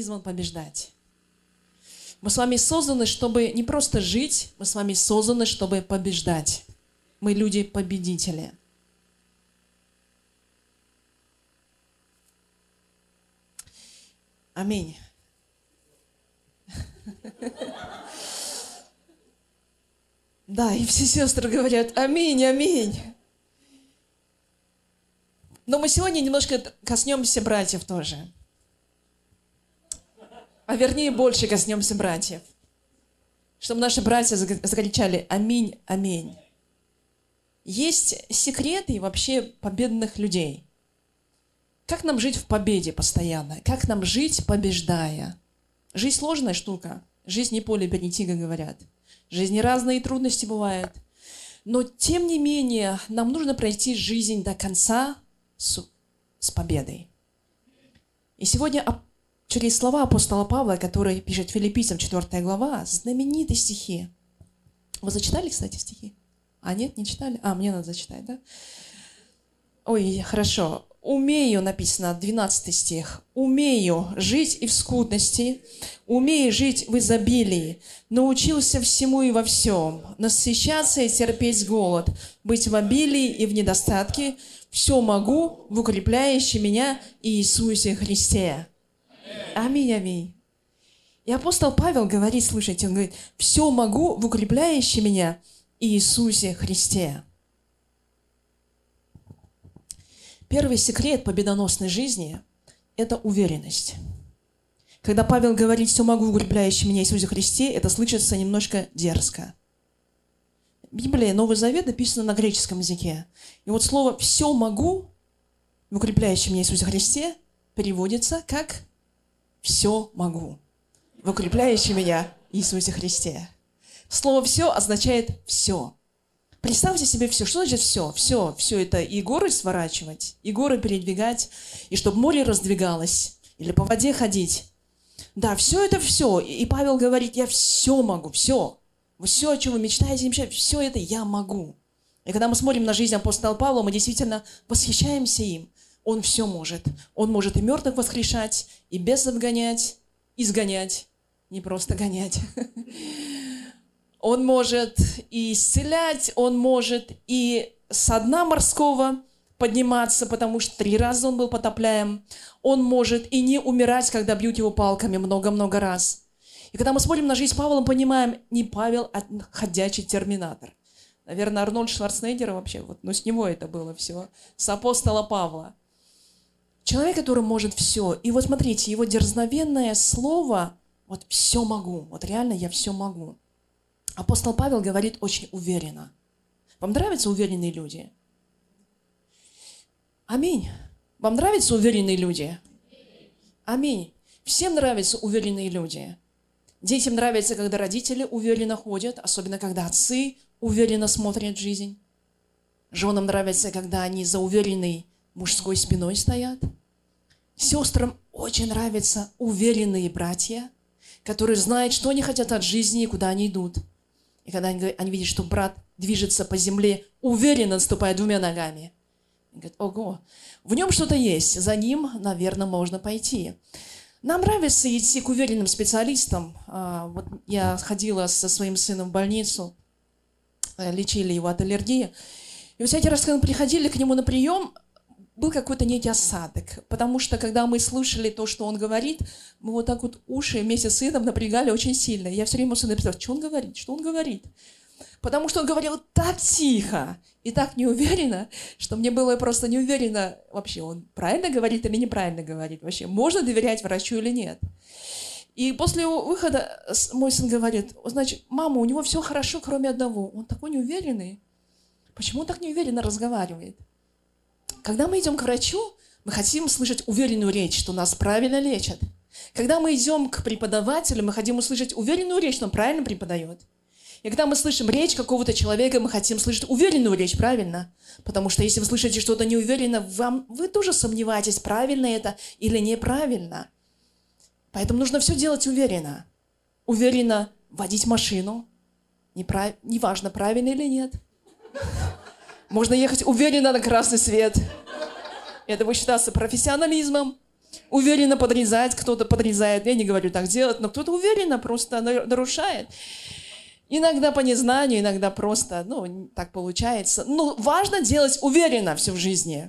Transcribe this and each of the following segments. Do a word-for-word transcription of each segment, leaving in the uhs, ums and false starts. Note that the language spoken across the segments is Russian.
призван побеждать. Мы с вами созданы, чтобы не просто жить, мы с вами созданы, чтобы побеждать. Мы люди-победители. Аминь. Да, и все сестры говорят: аминь, аминь. Но мы сегодня немножко коснемся братьев тоже. А вернее, больше коснемся братьев. Чтобы наши братья закричали: аминь, аминь. Есть секреты вообще победных людей. Как нам жить в победе постоянно? Как нам жить, побеждая? Жизнь сложная штука. Жизнь не поле перейти, как говорят. В жизни разные трудности бывают. Но, тем не менее, нам нужно пройти жизнь до конца с, с победой. И сегодня через слова апостола Павла, который пишет Филиппийцам, четвёртая глава, знаменитые стихи. Вы зачитали, кстати, стихи? А нет, не читали? А, мне надо зачитать, да? Ой, хорошо. «Умею», написано, двенадцатый стих, «умею жить и в скудности, умею жить в изобилии, научился всему и во всем, насыщаться и терпеть голод, быть в обилии и в недостатке, все могу в укрепляющем меня Иисусе Христе». Аминь, аминь. И апостол Павел говорит, слушайте, он говорит: «все могу в укрепляющем меня Иисусе Христе». Первый секрет победоносной жизни – это уверенность. Когда Павел говорит «все могу в укрепляющем меня Иисусе Христе», это слышится немножко дерзко. Библия, Новый Завет, написано на греческом языке. И вот слово «все могу в укрепляющем меня Иисусе Христе» переводится как «все могу в укрепляющем меня Иисусе Христе». Слово «все» означает «все». Представьте себе все. Что значит все? Все. Все это и горы сворачивать, и горы передвигать, и чтобы море раздвигалось, или по воде ходить. Да, все это все. И Павел говорит: я все могу, все. Все, о чем вы мечтаете, мечтаете, все это я могу. И когда мы смотрим на жизнь апостола Павла, мы действительно восхищаемся им. Он все может. Он может и мертвых воскрешать, и бесов гонять, изгонять, не просто гонять. Он может и исцелять, он может и со дна морского подниматься, потому что три раза он был потопляем. Он может и не умирать, когда бьют его палками много-много раз. И когда мы смотрим на жизнь Павла, мы понимаем, не Павел, а ходячий терминатор. Наверное, Арнольд Шварценеггер вообще, вот, но с него это было все, с апостола Павла. Человек, который может все. И вот смотрите, его дерзновенное слово, вот все могу, вот реально я все могу. Апостол Павел говорит очень уверенно. Вам нравятся уверенные люди? Аминь. Вам нравятся уверенные люди? Аминь. Всем нравятся уверенные люди. Детям нравится, когда родители уверенно ходят, особенно когда отцы уверенно смотрят жизнь. Женам нравится, когда они за уверенной мужской спиной стоят. Сестрам очень нравятся уверенные братья, которые знают, что они хотят от жизни и куда они идут. И когда они, они видят, что брат движется по земле, уверенно ступая двумя ногами, они говорят: ого, в нем что-то есть, за ним, наверное, можно пойти. Нам нравится идти к уверенным специалистам. Вот я ходила со своим сыном в больницу, лечили его от аллергии. И всякий раз, когда мы приходили к нему на прием, был какой-то некий осадок. Потому что, когда мы слышали то, что он говорит, мы вот так вот уши вместе с сыном напрягали очень сильно. Я все время у сына писала: что он говорит, что он говорит. Потому что он говорил так тихо и так неуверенно, что мне было просто неуверенно, вообще он правильно говорит или неправильно говорит. Вообще, можно доверять врачу или нет. И после выхода мой сын говорит: значит, мама, у него все хорошо, кроме одного. Он такой неуверенный. Почему он так неуверенно разговаривает? Когда мы идем к врачу, мы хотим слышать уверенную речь, что нас правильно лечат. Когда мы идем к преподавателю, мы хотим услышать уверенную речь, что он правильно преподает. И когда мы слышим речь какого-то человека, мы хотим слышать уверенную речь, правильно? Потому что если вы слышите что-то неуверенно, вам, вы тоже сомневаетесь, правильно это или неправильно. Поэтому нужно все делать уверенно. Уверенно водить машину. Неправ... Неважно, правильно или нет. Можно ехать уверенно на красный свет. Это будет считаться профессионализмом. Уверенно подрезать, кто-то подрезает. Я не говорю так делать, но кто-то уверенно просто нарушает. Иногда по незнанию, иногда просто, ну, так получается. Но важно делать уверенно все в жизни.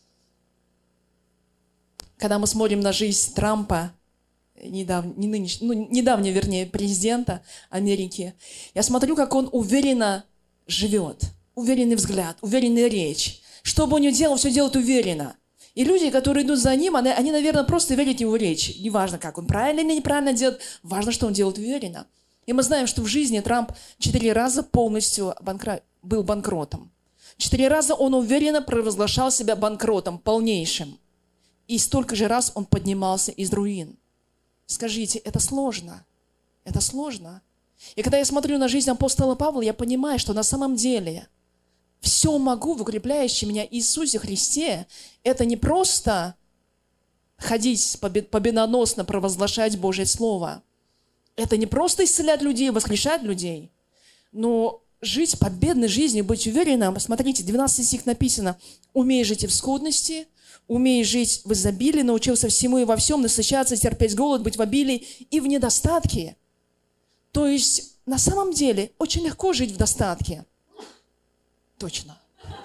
Когда мы смотрим на жизнь Трампа, недав... не нынеш... ну, недавнего, вернее, президента Америки, я смотрю, как он уверенно живет. Уверенный взгляд, уверенная речь. Что бы он ни делал, все делает уверенно. И люди, которые идут за ним, они, они, наверное, просто верят в его речь. Неважно, как он правильно или неправильно делает, важно, что он делает уверенно. И мы знаем, что в жизни Трамп четыре раза полностью банкро... был банкротом. Четыре раза он уверенно провозглашал себя банкротом, полнейшим. И столько же раз он поднимался из руин. Скажите, это сложно? Это сложно? И когда я смотрю на жизнь апостола Павла, я понимаю, что на самом деле все могу в укрепляющем меня Иисусе Христе. Это не просто ходить победоносно, провозглашать Божье Слово. Это не просто исцелять людей, воскрешать людей, но жить победной жизнью, быть уверенным. Смотрите, двенадцатый стих написано: «Умей жить и в скудности, умей жить в изобилии, научился всему и во всем, насыщаться, терпеть голод, быть в обилии и в недостатке». То есть, на самом деле, очень легко жить в достатке. Точно.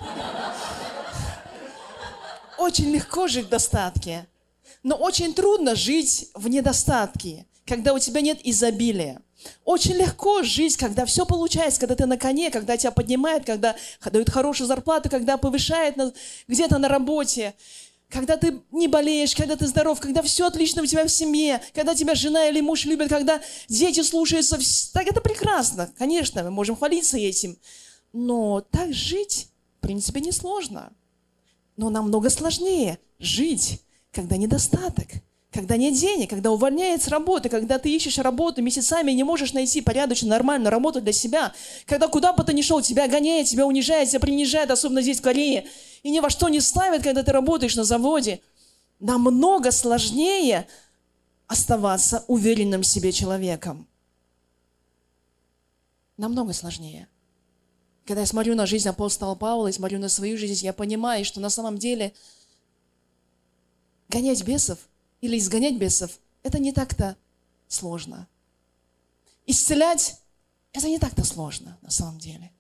Очень легко жить в достатке, но очень трудно жить в недостатке, когда у тебя нет изобилия. Очень легко жить, когда все получается, когда ты на коне, когда тебя поднимают, когда дают хорошую зарплату, когда повышают на, где-то на работе, когда ты не болеешь, когда ты здоров, когда все отлично у тебя в семье, когда тебя жена или муж любят, когда дети слушаются. Так это прекрасно. Конечно, мы можем хвалиться этим. Но так жить, в принципе, несложно. Но намного сложнее жить, когда недостаток, когда нет денег, когда увольняют с работы, когда ты ищешь работу месяцами и не можешь найти порядочную, нормальную работу для себя, когда куда бы ты ни шел, тебя гоняют, тебя унижают, тебя принижают, особенно здесь, в Корее, и ни во что не ставят, когда ты работаешь на заводе. Намного сложнее оставаться уверенным в себе человеком. Намного сложнее. Когда я смотрю на жизнь апостола Павла и смотрю на свою жизнь, я понимаю, что на самом деле гонять бесов или изгонять бесов – это не так-то сложно. Исцелять – это не так-то сложно на самом деле.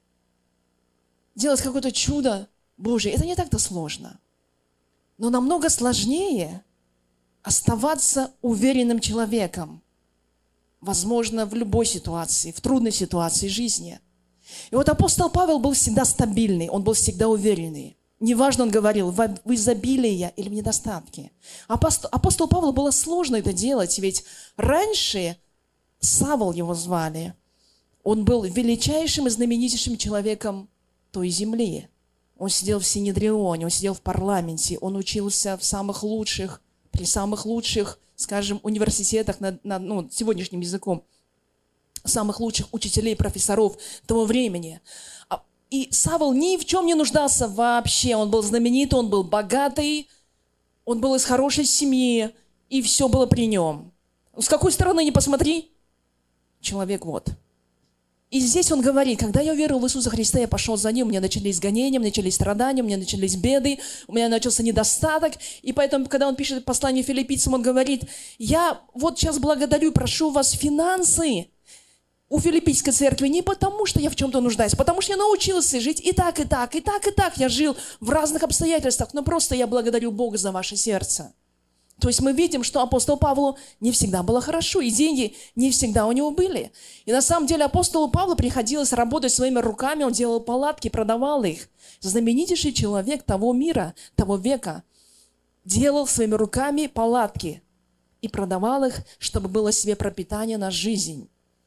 Делать какое-то чудо Божие – это не так-то сложно. Но намного сложнее оставаться уверенным человеком, возможно, в любой ситуации, в трудной ситуации жизни. И вот апостол Павел был всегда стабильный, он был всегда уверенный. Неважно, он говорил, в изобилии или в недостатке. Апостол, апостол Павлу было сложно это делать, ведь раньше Савл его звали. Он был величайшим и знаменитейшим человеком той земли. Он сидел в Синедрионе, он сидел в парламенте, он учился в самых лучших, при самых лучших, скажем, университетах, на, на, ну, сегодняшним языком, самых лучших учителей, профессоров того времени. И Савл ни в чем не нуждался вообще. Он был знаменитый, он был богатый, он был из хорошей семьи, и все было при нем. С какой стороны ни посмотри, человек вот. И здесь он говорит: когда я уверовал в Иисуса Христа, я пошел за Ним, у меня начались гонения, у меня начались страдания, у меня начались беды, у меня начался недостаток. И поэтому, когда он пишет послание филиппийцам, он говорит: я вот сейчас благодарю, прошу вас финансы у филиппийской церкви не потому, что я в чем-то нуждаюсь, потому что я научился жить и так, и так, и так, и так. Я жил в разных обстоятельствах, но просто я благодарю Бога за ваше сердце. То есть мы видим, что апостолу Павлу не всегда было хорошо, и деньги не всегда у него были. И на самом деле апостолу Павлу приходилось работать своими руками, он делал палатки, продавал их. Знаменитейший человек того мира, того века, делал своими руками палатки и продавал их, чтобы было себе пропитание на жизнь.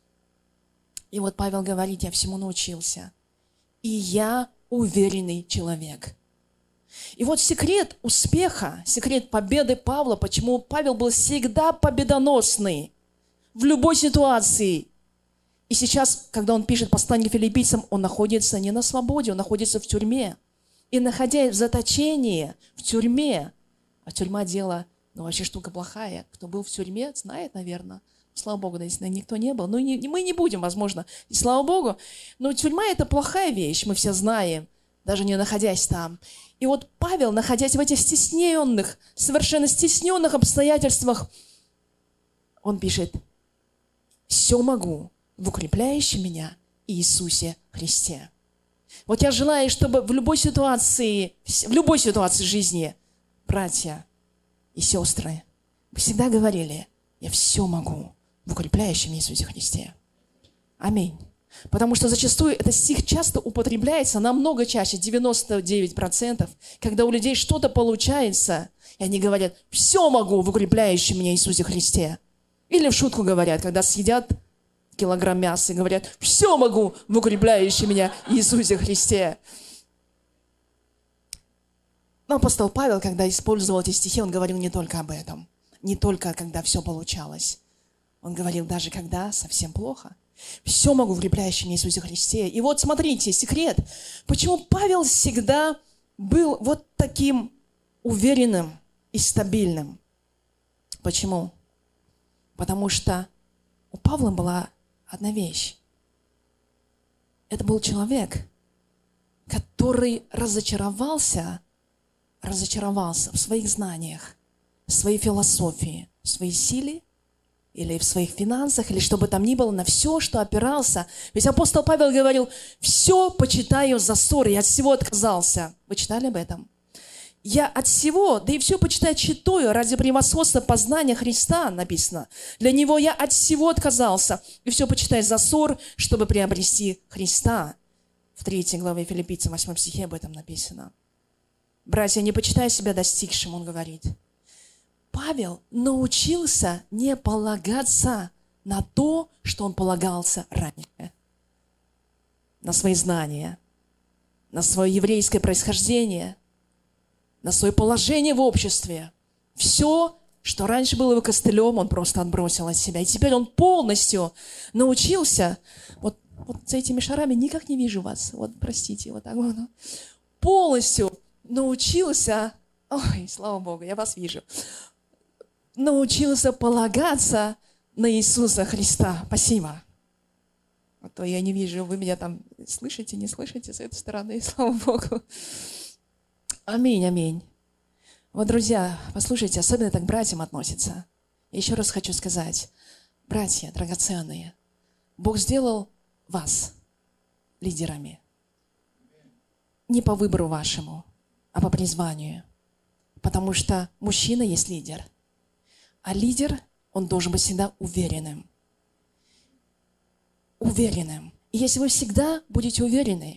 И вот Павел говорит: я всему научился, и я уверенный человек. И вот секрет успеха, секрет победы Павла, почему Павел был всегда победоносный в любой ситуации. И сейчас, когда он пишет послание филиппийцам, он находится не на свободе, он находится в тюрьме. И находясь в заточении, в тюрьме, а тюрьма дело, ну вообще штука плохая. Кто был в тюрьме, знает, наверное. Слава Богу, да, если никто не был. Ну, не, мы не будем, возможно, и слава Богу. Но тюрьма – это плохая вещь, мы все знаем. даже не находясь там. И вот Павел, находясь в этих стесненных, совершенно стесненных обстоятельствах, он пишет: «Все могу в укрепляющем меня Иисусе Христе». Вот я желаю, чтобы в любой ситуации, в любой ситуации жизни, братья и сестры, вы всегда говорили: «Я все могу в укрепляющем Иисусе Христе». Аминь. Потому что зачастую этот стих часто употребляется намного чаще, девяносто девять процентов, когда у людей что-то получается, и они говорят: «Все могу в укрепляющем меня Иисусе Христе». Или в шутку говорят, когда съедят килограмм мяса и говорят: «Все могу в укрепляющем меня Иисусе Христе». Но апостол Павел, когда использовал эти стихи, он говорил не только об этом, не только когда все получалось. Он говорил даже когда совсем плохо. Все могу в укрепляющем Иисусе Христе. И вот смотрите, секрет. Почему Павел всегда был вот таким уверенным и стабильным? Почему? Потому что у Павла была одна вещь. Это был человек, который разочаровался, разочаровался в своих знаниях, в своей философии, в своей силе, или в своих финансах, или что бы там ни было, на все, что опирался. Ведь апостол Павел говорил: «Все почитаю за ссор, я от всего отказался». Вы читали об этом? «Я от всего, да и все почитаю читаю ради превосходства познания Христа», написано. «Для Него я от всего отказался, и все почитаю за ссор, чтобы приобрести Христа». В третьей главе Филиппийцам, восьмом стихе об этом написано. «Братья, не почитай себя достигшим», он говорит. Павел научился не полагаться на то, что он полагался ранее. На свои знания, на свое еврейское происхождение, на свое положение в обществе. Все, что раньше было его костылем, он просто отбросил от себя. И теперь он полностью научился. Вот, вот за этими шарами никак не вижу вас. Вот, простите, вот так вот. Полностью научился, ой, слава Богу, я вас вижу, научился полагаться на Иисуса Христа. Спасибо. А то я не вижу, вы меня там слышите, не слышите с этой стороны, слава Богу. Аминь, аминь. Вот, друзья, послушайте, особенно так к братьям относится. Я еще раз хочу сказать, братья драгоценные, Бог сделал вас лидерами. Не по выбору вашему, а по призванию. Потому что мужчина есть лидер. А лидер, он должен быть всегда уверенным. Уверенным. И если вы всегда будете уверены,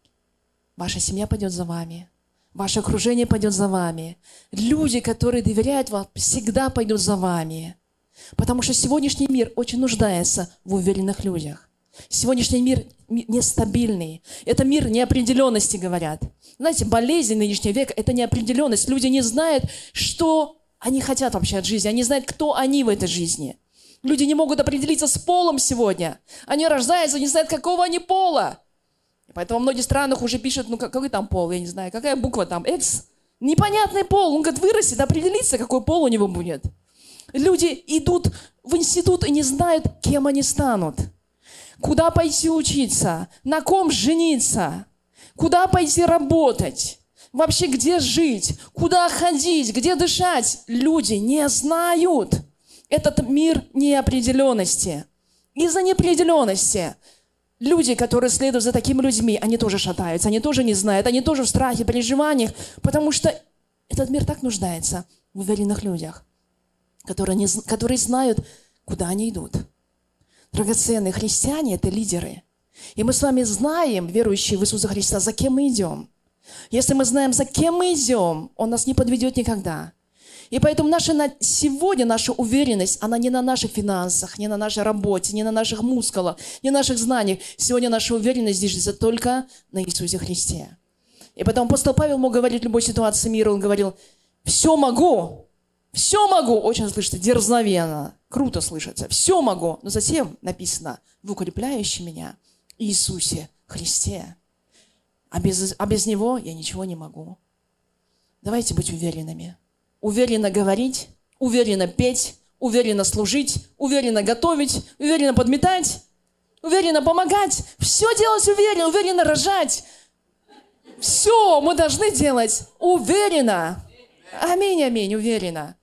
ваша семья пойдет за вами, ваше окружение пойдет за вами, люди, которые доверяют вам, всегда пойдут за вами. Потому что сегодняшний мир очень нуждается в уверенных людях. Сегодняшний мир нестабильный. Это мир неопределенности, говорят. Знаете, болезнь нынешнего века – это неопределенность. Люди не знают, что они хотят вообще от жизни. Они знают, кто они в этой жизни. Люди не могут определиться с полом сегодня. Они рождаются, не знают, какого они пола. И поэтому в многих странах уже пишут, ну какой там пол, я не знаю, какая буква там, X. Непонятный пол. Он говорит, вырастет, определится, какой пол у него будет. Люди идут в институт и не знают, кем они станут. Куда пойти учиться, на ком жениться, куда пойти работать, вообще где жить, куда ходить, где дышать. Люди не знают. Этот мир неопределенности. Из-за неопределенности люди, которые следуют за такими людьми, они тоже шатаются, они тоже не знают, они тоже в страхе, переживаниях, потому что этот мир так нуждается в уверенных людях, которые, не, которые знают, куда они идут. Драгоценные христиане – это лидеры. И мы с вами знаем, верующие в Иисуса Христа, за кем мы идем. Если мы знаем, за кем мы идем, Он нас не подведет никогда. И поэтому наша, сегодня наша уверенность, она не на наших финансах, не на нашей работе, не на наших мускулах, не на наших знаниях. Сегодня наша уверенность держится только на Иисусе Христе. И поэтому апостол Павел мог говорить в любой ситуации мира, он говорил, все могу, все могу, очень слышится, дерзновенно, круто слышится, все могу. Но затем написано, в укрепляющем меня Иисусе Христе. А без, а без Него я ничего не могу. Давайте быть уверенными. Уверенно говорить, уверенно петь, уверенно служить, уверенно готовить, уверенно подметать, уверенно помогать. Все делать уверенно, уверенно рожать. Все мы должны делать уверенно. Аминь, аминь, уверенно.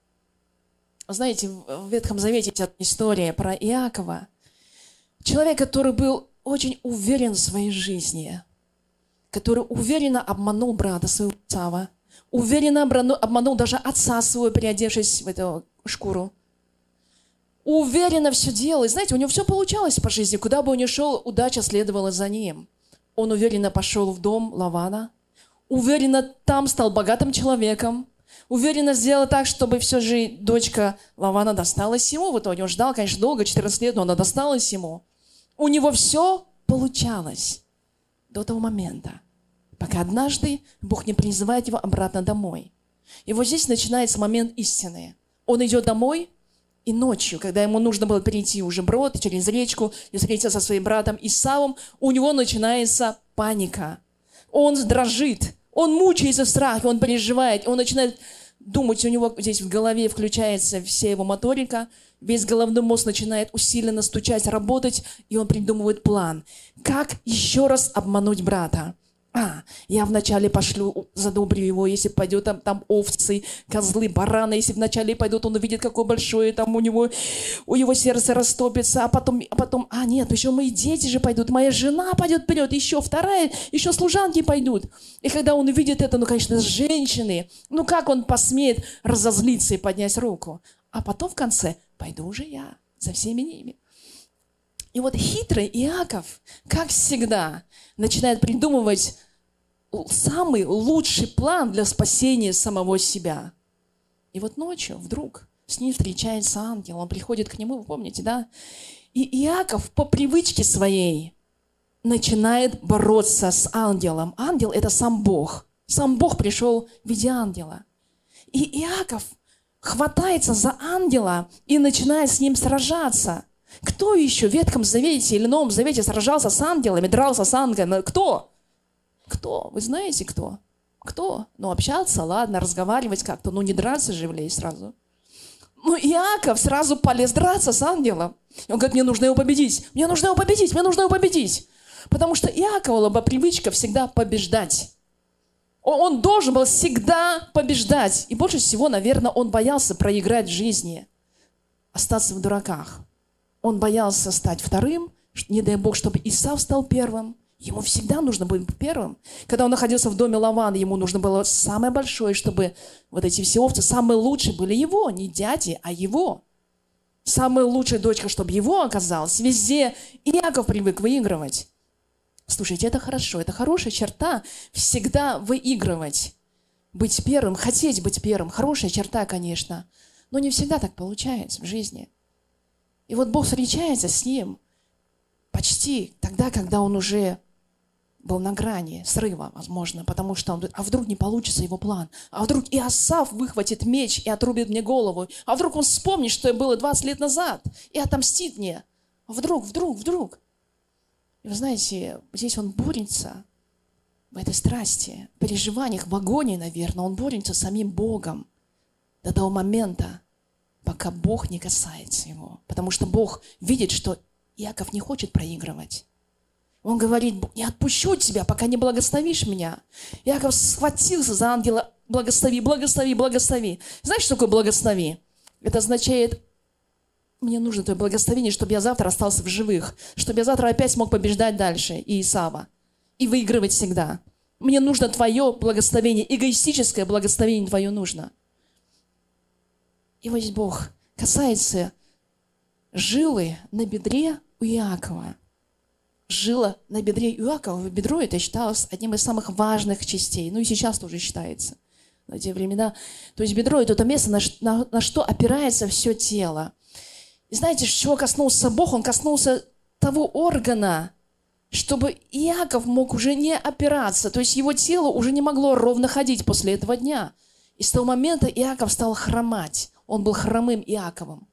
Знаете, в Ветхом Завете есть история про Иакова. Человек, который был очень уверен в своей жизни, который уверенно обманул брата своего Исава, уверенно обманул даже отца своего, переодевшись в эту шкуру. Уверенно все делал. И знаете, у него все получалось по жизни. Куда бы он ни шел, удача следовала за ним. Он уверенно пошел в дом Лавана, уверенно там стал богатым человеком, уверенно сделал так, чтобы все же дочка Лавана досталась ему. В итоге он ждал, конечно, долго, четырнадцать лет, но она досталась ему. У него все получалось до того момента, пока однажды Бог не призывает его обратно домой. И вот здесь начинается момент истины. Он идет домой, и ночью, когда ему нужно было перейти уже брод через речку и встретиться со своим братом Исавом, у него начинается паника. Он дрожит, он мучается в страхе, он переживает, он начинает думать, у него здесь в голове включается вся его моторика, весь головной мозг начинает усиленно стучать, работать, и он придумывает план. Как еще раз обмануть брата? А, я вначале пошлю, задобрю его, если пойдет там, там овцы, козлы, бараны, если вначале пойдут, он увидит, какое большое там у него, у его сердце растопится, а потом, а потом, а нет, еще мои дети же пойдут, моя жена пойдет вперед, еще вторая, еще служанки пойдут. И когда он увидит это, ну, конечно, женщины, ну, как он посмеет разозлиться и поднять руку? А потом в конце, пойду уже я за всеми ними. И вот хитрый Иаков, как всегда, начинает придумывать самый лучший план для спасения самого себя. И вот ночью вдруг с ним встречается ангел, он приходит к нему, вы помните, да? И Иаков по привычке своей начинает бороться с ангелом. Ангел – это сам Бог. Сам Бог пришел в виде ангела. И Иаков хватается за ангела и начинает с ним сражаться. Кто еще в Ветхом Завете или Новом Завете сражался с ангелами, дрался с ангелами? Кто? Кто? Вы знаете, кто? Кто? Ну, общаться, ладно, разговаривать как-то, ну, не драться же, влей сразу. Ну, Иаков сразу полез драться с ангелом. Он говорит, мне нужно его победить, мне нужно его победить, мне нужно его победить. Потому что Иакова была привычка всегда побеждать. Он должен был всегда побеждать. И больше всего, наверное, он боялся проиграть в жизни, остаться в дураках. Он боялся стать вторым, не дай Бог, чтобы Исав стал первым. Ему всегда нужно быть первым. Когда он находился в доме Лавана, ему нужно было самое большое, чтобы вот эти все овцы, самые лучшие были его, не дяди, а его. Самая лучшая дочка, чтобы его оказалась. Везде Иаков привык выигрывать. Слушайте, это хорошо, это хорошая черта всегда выигрывать. Быть первым, хотеть быть первым. Хорошая черта, конечно, но не всегда так получается в жизни. И вот Бог встречается с ним почти тогда, когда он уже был на грани срыва, возможно, потому что он, а вдруг не получится его план, а вдруг Иосаф выхватит меч и отрубит мне голову, а вдруг он вспомнит, что было двадцать лет назад, и отомстит мне, а вдруг, вдруг, вдруг. И вы знаете, здесь он борется в этой страсти, в переживаниях, в агонии, наверное, он борется с самим Богом до того момента, пока Бог не касается его, потому что Бог видит, что Иаков не хочет проигрывать. Он говорит, не отпущу тебя, пока не благословишь меня. Иаков схватился за ангела, благослови, благослови, благослови. Знаешь, что такое благослови? Это означает, мне нужно твое благословение, чтобы я завтра остался в живых, чтобы я завтра опять мог побеждать дальше и Исава, и выигрывать всегда. Мне нужно твое благословение, эгоистическое благословение твое нужно. И вот здесь Бог касается жилы на бедре у Иакова. Жила на бедре Иакова, бедро это считалось одним из самых важных частей. Ну и сейчас тоже считается. В те времена. То есть бедро это то место, на, на, на что опирается все тело. И знаете, чего коснулся Бог? Он коснулся того органа, чтобы Иаков мог уже не опираться. То есть его тело уже не могло ровно ходить после этого дня. И с того момента Иаков стал хромать. Он был хромым Иаковом.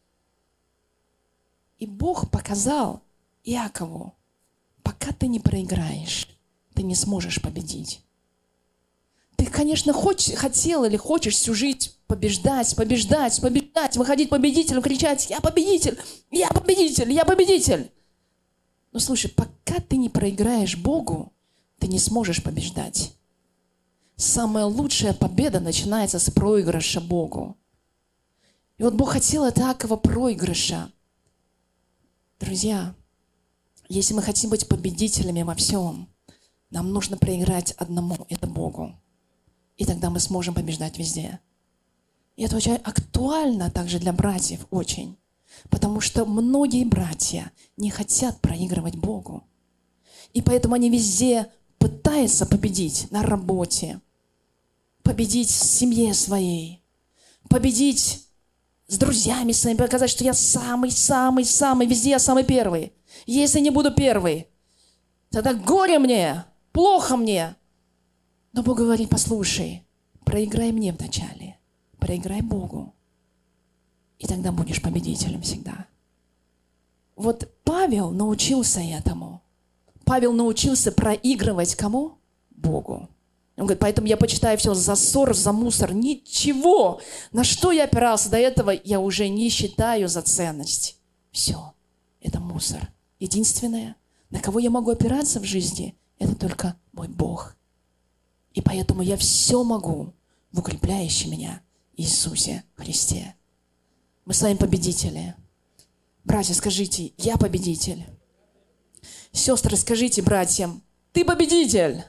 И Бог показал Иакову, пока ты не проиграешь, ты не сможешь победить. Ты, конечно, хочешь, хотел или хочешь всю жизнь побеждать, побеждать, побеждать, выходить победителем, кричать «Я победитель! Я победитель! Я победитель!» Но слушай, пока ты не проиграешь Богу, ты не сможешь побеждать. Самая лучшая победа начинается с проигрыша Богу. И вот Бог хотел такого проигрыша. Друзья, если мы хотим быть победителями во всем, нам нужно проиграть одному, это Богу. И тогда мы сможем побеждать везде. И это очень актуально также для братьев, очень. Потому что многие братья не хотят проигрывать Богу. И поэтому они везде пытаются победить на работе, победить в семье своей, победить с друзьями своими, показать, что я самый-самый-самый, везде я самый первый. Если не буду первый, тогда горе мне, плохо мне. Но Бог говорит, послушай, проиграй мне вначале, проиграй Богу, и тогда будешь победителем всегда. Вот Павел научился этому. Павел научился проигрывать кому? Богу. Он говорит, поэтому я почитаю все за ссор, за мусор. Ничего, на что я опирался до этого, я уже не считаю за ценность. Все, это мусор. Единственное, на кого я могу опираться в жизни, это только мой Бог. И поэтому я все могу в укрепляющем меня Иисусе Христе. Мы с вами победители. Братья, скажите, я победитель. Сестры, скажите братьям, ты победитель.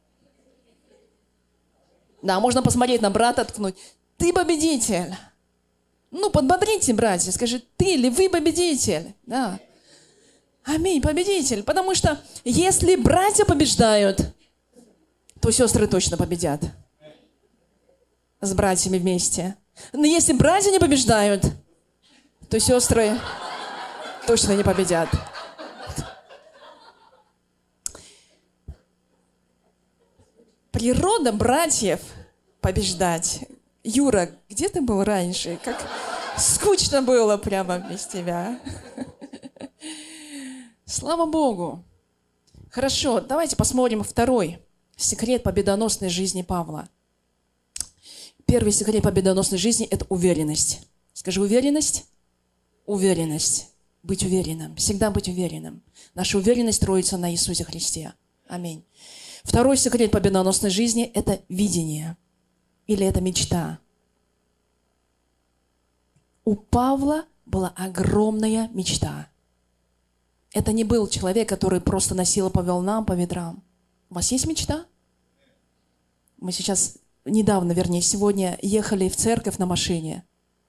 Да, можно посмотреть на брата, ткнуть. Ты победитель. Ну, подбодрите, братья, скажи, ты или вы победитель. Да. Аминь, победитель. Потому что если братья побеждают, то сестры точно победят. С братьями вместе. Но если братья не побеждают, то сестры точно не победят. Природа братьев побеждать. Юра, где ты был раньше? Как скучно было прямо без тебя. Слава Богу. Хорошо, давайте посмотрим второй секрет победоносной жизни Павла. Первый секрет победоносной жизни – это уверенность. Скажи, уверенность? Уверенность. Быть уверенным. Всегда быть уверенным. Наша уверенность строится на Иисусе Христе. Аминь. Второй секрет победоносной жизни – это видение. Или это мечта. У Павла была огромная мечта. Это не был человек, который просто носил по волнам, по ветрам. У вас есть мечта? Мы сейчас, недавно, вернее, сегодня ехали в церковь на машине.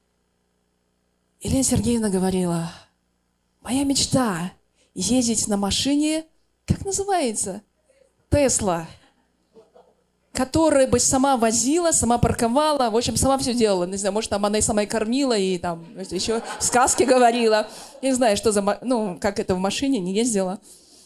Елена Сергеевна говорила, моя мечта – ездить на машине, как называется? Тесла, которая бы сама возила, сама парковала, в общем, сама все делала. Не знаю, может, там она и сама и кормила, и там еще сказки говорила. Я не знаю, что за... Ну, как это в машине, не ездила.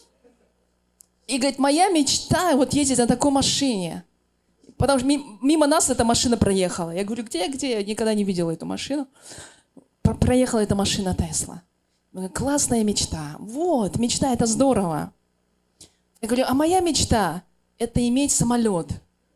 И говорит, моя мечта вот ездить на такой машине. Потому что мимо нас эта машина проехала. Я говорю, где, где? Я никогда не видела эту машину. Проехала эта машина Тесла. Классная мечта. Вот, мечта, это здорово. Я говорю, а моя мечта – это иметь самолет.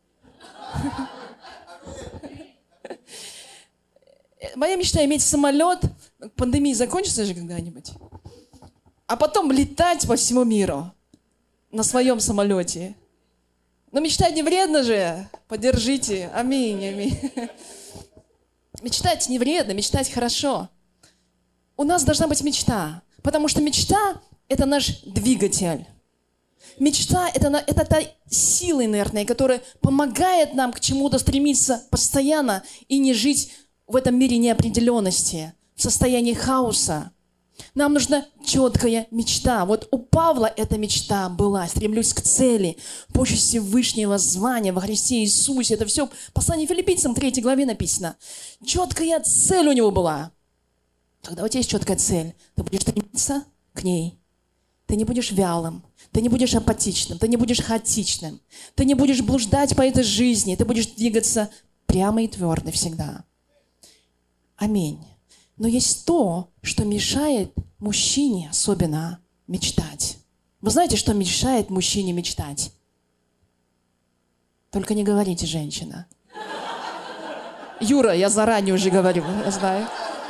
Моя мечта – иметь самолет. Пандемия закончится же когда-нибудь. А потом летать по всему миру на своем самолете. Но мечтать не вредно же. Поддержите. Аминь, аминь. Мечтать не вредно, мечтать хорошо. У нас должна быть мечта. Потому что мечта – это наш двигатель. Мечта – это, это та сила инертная, которая помогает нам к чему-то стремиться постоянно и не жить в этом мире неопределенности, в состоянии хаоса. Нам нужна четкая мечта. Вот у Павла эта мечта была. Стремлюсь к цели, почести Вышнего звания во Христе Иисусе. Это все в послании Филиппийцам третьей главе написано. Четкая цель у него была. Когда у тебя есть четкая цель, ты будешь стремиться к ней. Ты не будешь вялым, ты не будешь апатичным, ты не будешь хаотичным, ты не будешь блуждать по этой жизни, ты будешь двигаться прямо и твердо всегда. Аминь. Но есть то, что мешает мужчине особенно мечтать. Вы знаете, что мешает мужчине мечтать? Только не говорите, женщина. Юра, я заранее уже говорю, я знаю.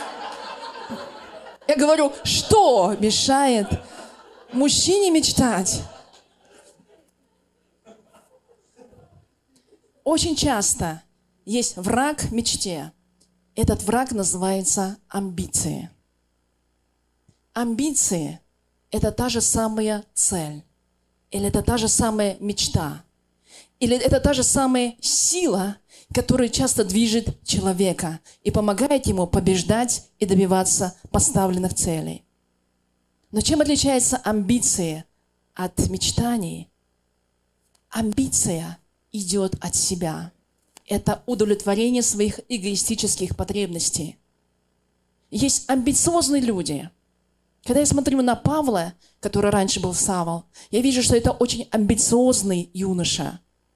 Я говорю, что мешает мужчине мечтать? очень часто есть враг мечте. Этот враг называется амбиции. Амбиции – это та же самая цель, или это та же самая мечта, или это та же самая сила, которая часто движет человека и помогает ему побеждать и добиваться поставленных целей. Но чем отличается амбиции от мечтаний? Амбиция идет от себя. Это удовлетворение своих эгоистических потребностей. Есть амбициозные люди. Когда я смотрю на Павла, который раньше был Савл, я вижу, что это очень амбициозный юноша,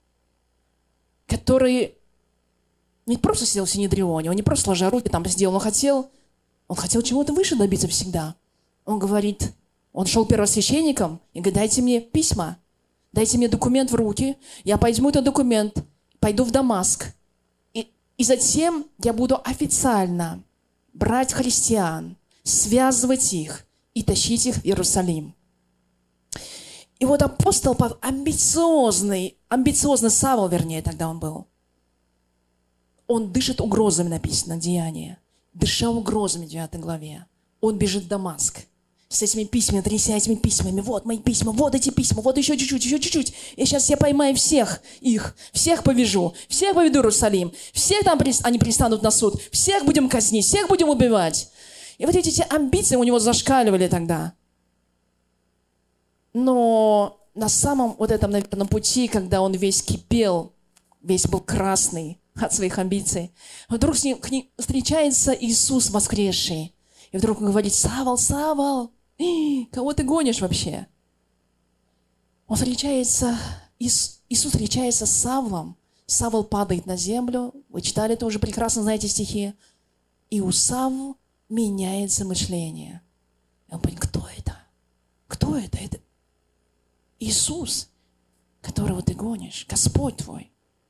который не просто сидел в Синедрионе, он не просто сложа руки там сделал, он хотел, он хотел чего-то выше добиться всегда. Он говорит, он шел первосвященником и говорит, дайте мне письма, дайте мне документ в руки, я возьму этот документ, пойду в Дамаск, и, и затем я буду официально брать христиан, связывать их и тащить их в Иерусалим. И вот апостол Павел, амбициозный, амбициозный Савл, вернее, тогда он был, он дышит угрозами, написано, Деяние. Дышал угрозами в девятой главе. Он бежит в Дамаск с этими письмами, тряся этими письмами. Вот мои письма, вот эти письма, вот еще чуть-чуть, еще чуть-чуть. Я сейчас я поймаю всех их, всех повяжу, всех поведу в Иерусалим, всех там они пристанут на суд, всех будем казнить, всех будем убивать. И вот эти, эти амбиции у него зашкаливали тогда. Но на самом вот этом, наверное, пути, когда он весь кипел, весь был красный от своих амбиций, вдруг с ним, к ним встречается Иисус воскресший. И вдруг он говорит, Савл, Савл, кого ты гонишь вообще? Он встречается, Иисус, Иисус встречается с Савлом. Савл падает на землю. Вы читали это уже прекрасно, знаете стихи. И у Савла меняется мышление. И он понимает, кто это? Кто это? Это Иисус, которого ты гонишь, Господь твой.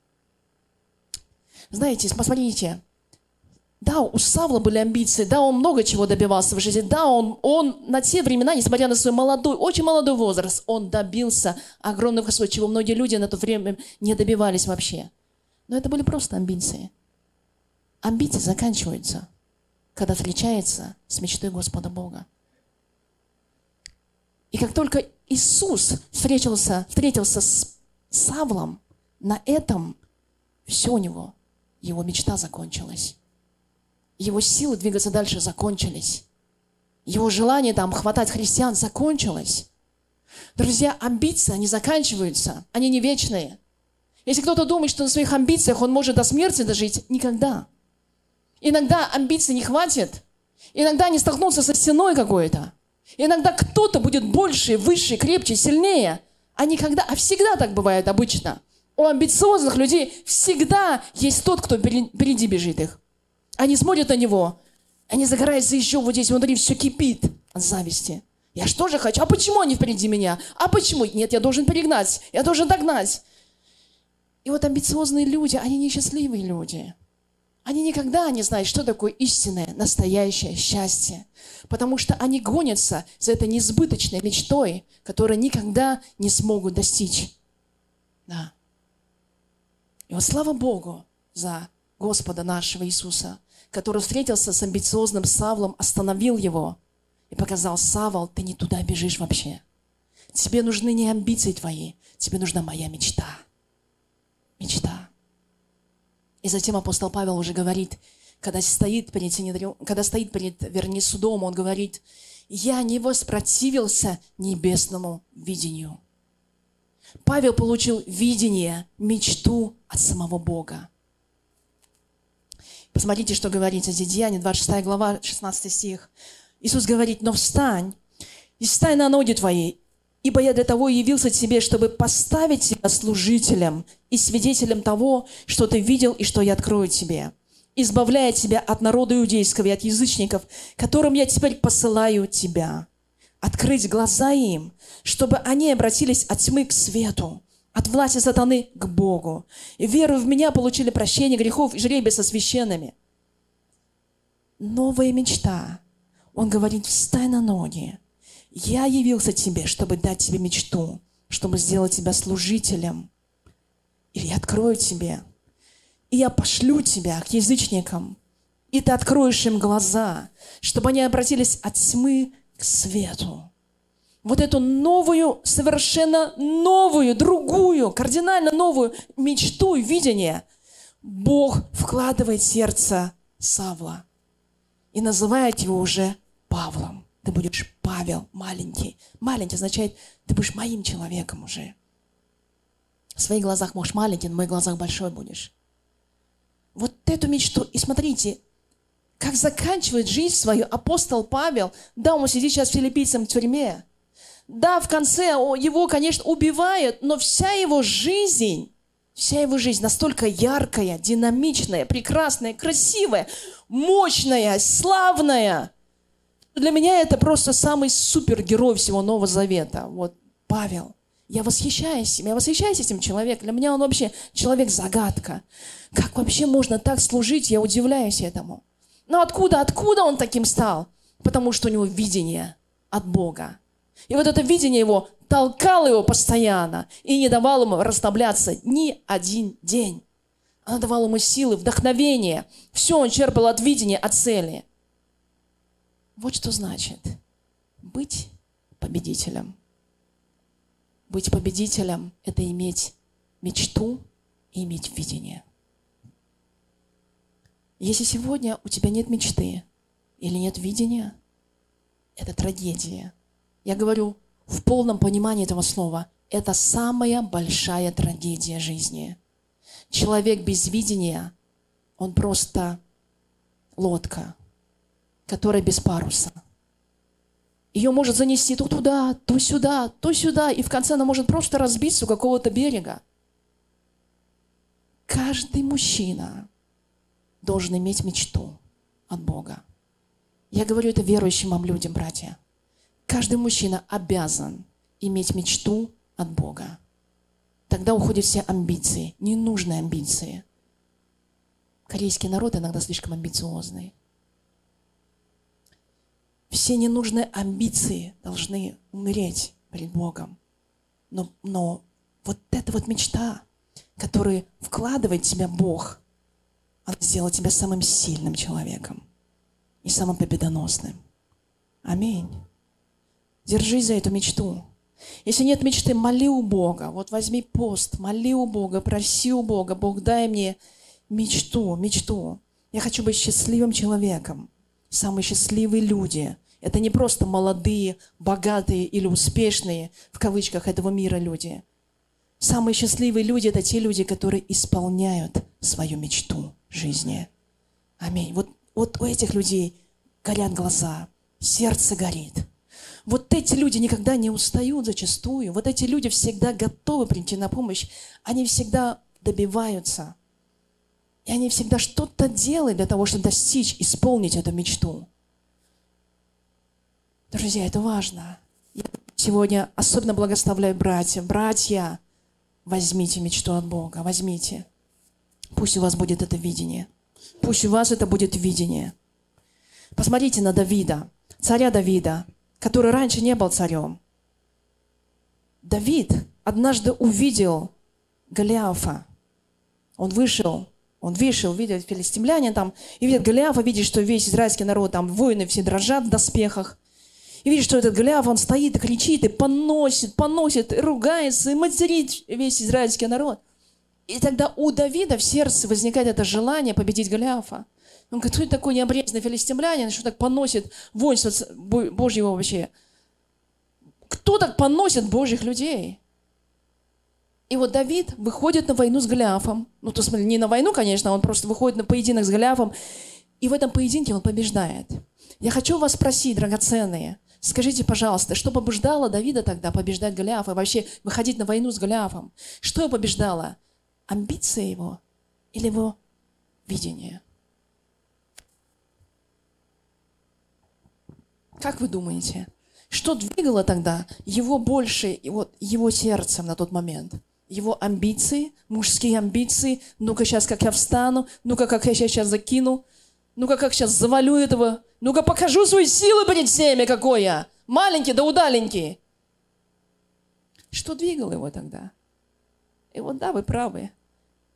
Знаете, посмотрите, да, у Савла были амбиции, да, он много чего добивался в жизни, да, он, он на те времена, несмотря на свой молодой, очень молодой возраст, он добился огромных высот, чего многие люди на то время не добивались вообще. Но это были просто амбиции. Амбиции заканчиваются, когда встречается с мечтой Господа Бога. И как только Иисус встретился, встретился с Савлом, на этом все у него, его мечта закончилась. Его силы двигаться дальше закончились. Его желание там хватать христиан закончилось. Друзья, амбиции, они заканчиваются, они не вечные. Если кто-то думает, что на своих амбициях он может до смерти дожить, никогда. Иногда амбиций не хватит. Иногда они столкнутся со стеной какой-то. Иногда кто-то будет больше, выше, крепче, сильнее. А никогда, а всегда так бывает обычно. У амбициозных людей всегда есть тот, кто впереди бежит их. Они смотрят на него, они загораются еще вот здесь, внутри все кипит от зависти. Я что же хочу? А почему они впереди меня? А почему? Нет, я должен перегнать, я должен догнать. И вот амбициозные люди, они несчастливые люди. Они никогда не знают, что такое истинное, настоящее счастье. Потому что они гонятся за этой несбыточной мечтой, которую никогда не смогут достичь. Да. И вот слава Богу за Господа нашего Иисуса, который встретился с амбициозным Савлом, остановил его и показал: Савл, ты не туда бежишь вообще. Тебе нужны не амбиции твои, тебе нужна моя мечта. Мечта. И затем апостол Павел уже говорит, когда стоит перед, когда стоит перед, вернее, судом, он говорит: я не воспротивился небесному видению. Павел получил видение, мечту от самого Бога. Посмотрите, что говорится здесь, Деяния, двадцать шестая глава, шестнадцатый стих. Иисус говорит: но встань, и встань на ноги твои, ибо я для того явился тебе, чтобы поставить тебя служителем и свидетелем того, что ты видел и что я открою тебе, избавляя тебя от народа иудейского и от язычников, которым я теперь посылаю тебя, открыть глаза им, чтобы они обратились от тьмы к свету, от власти сатаны к Богу, и веру в меня получили прощение грехов и жребия со священными. Новая мечта. Он говорит: встань на ноги. Я явился тебе, чтобы дать тебе мечту, чтобы сделать тебя служителем или я открою тебе, и я пошлю тебя к язычникам, и ты откроешь им глаза, чтобы они обратились от тьмы к свету. Вот эту новую, совершенно новую, другую, кардинально новую мечту и видение Бог вкладывает в сердце Савла и называет его уже Павлом. Ты будешь Павел, маленький. Маленький означает, ты будешь моим человеком уже. В своих глазах, можешь маленький, но в моих глазах большой будешь. Вот эту мечту. И смотрите, как заканчивает жизнь свою апостол Павел. Да, он сидит сейчас в филиппийцам в тюрьме. Да, в конце его, конечно, убивают, но вся его жизнь, вся его жизнь настолько яркая, динамичная, прекрасная, красивая, мощная, славная. Для меня это просто самый супергерой всего Нового Завета. Вот Павел. Я восхищаюсь им, я восхищаюсь этим человеком. Для меня он вообще человек-загадка. Как вообще можно так служить? Я удивляюсь этому. Но откуда, откуда он таким стал? Потому что у него видение от Бога. И вот это видение его толкало его постоянно и не давало ему расслабляться ни один день. Оно давало ему силы, вдохновение. Все он черпал от видения, от цели. Вот что значит быть победителем. Быть победителем – это иметь мечту и иметь видение. Если сегодня у тебя нет мечты или нет видения, это трагедия. Я говорю в полном понимании этого слова. Это самая большая трагедия жизни. Человек без видения, он просто лодка, которая без паруса. Ее может занести то туда, то сюда, то сюда, и в конце она может просто разбиться у какого-то берега. Каждый мужчина должен иметь мечту от Бога. Я говорю это верующим вам людям, братья. Каждый мужчина обязан иметь мечту от Бога. Тогда уходят все амбиции, ненужные амбиции. Корейский народ иногда слишком амбициозный. Все ненужные амбиции должны умереть перед Богом. Но, но вот эта вот мечта, которую вкладывает в тебя Бог, она сделает тебя самым сильным человеком и самым победоносным. Аминь. Держись за эту мечту. Если нет мечты, моли у Бога. Вот возьми пост, моли у Бога, проси у Бога. Бог, дай мне мечту, мечту. Я хочу быть счастливым человеком. Самые счастливые люди – это не просто молодые, богатые или успешные, в кавычках, этого мира люди. Самые счастливые люди – это те люди, которые исполняют свою мечту жизни. Аминь. Вот, вот у этих людей горят глаза, сердце горит. Вот эти люди никогда не устают зачастую. Вот эти люди всегда готовы прийти на помощь. Они всегда добиваются. И они всегда что-то делают для того, чтобы достичь, исполнить эту мечту. Друзья, это важно. Я сегодня особенно благословляю братья. Братья, возьмите мечту от Бога, возьмите. Пусть у вас будет это видение. Пусть у вас это будет видение. Посмотрите на Давида, царя Давида, который раньше не был царем. Давид однажды увидел Голиафа. Он вышел, он вышел, видел филистимляне там, и видит Голиафа, видит, что весь израильский народ, там воины все дрожат в доспехах. И видит, что этот Голиаф, он стоит и кричит, и поносит, поносит, и ругается, и материт весь израильский народ. И тогда у Давида в сердце возникает это желание победить Голиафа. Он говорит, кто такой необрезанный филистимлянин, что так поносит воинство Божьего вообще? Кто так поносит Божьих людей? И вот Давид выходит на войну с Голиафом. Ну, то смотри, не на войну, конечно, он просто выходит на поединок с Голиафом. И в этом поединке он побеждает. Я хочу вас спросить, драгоценные, скажите, пожалуйста, что побуждало Давида тогда побеждать Голиафа, вообще выходить на войну с Голиафом? Что его побеждало? Амбиции его или его видение? Как вы думаете, что двигало тогда его больше, вот, его сердцем на тот момент? Его амбиции, мужские амбиции. Ну-ка сейчас, как я встану, ну-ка, как я сейчас закину, ну-ка, как сейчас завалю этого, ну-ка, покажу свои силы перед всеми, какой я. Маленький да удаленький. Что двигало его тогда? И вот да, вы правы.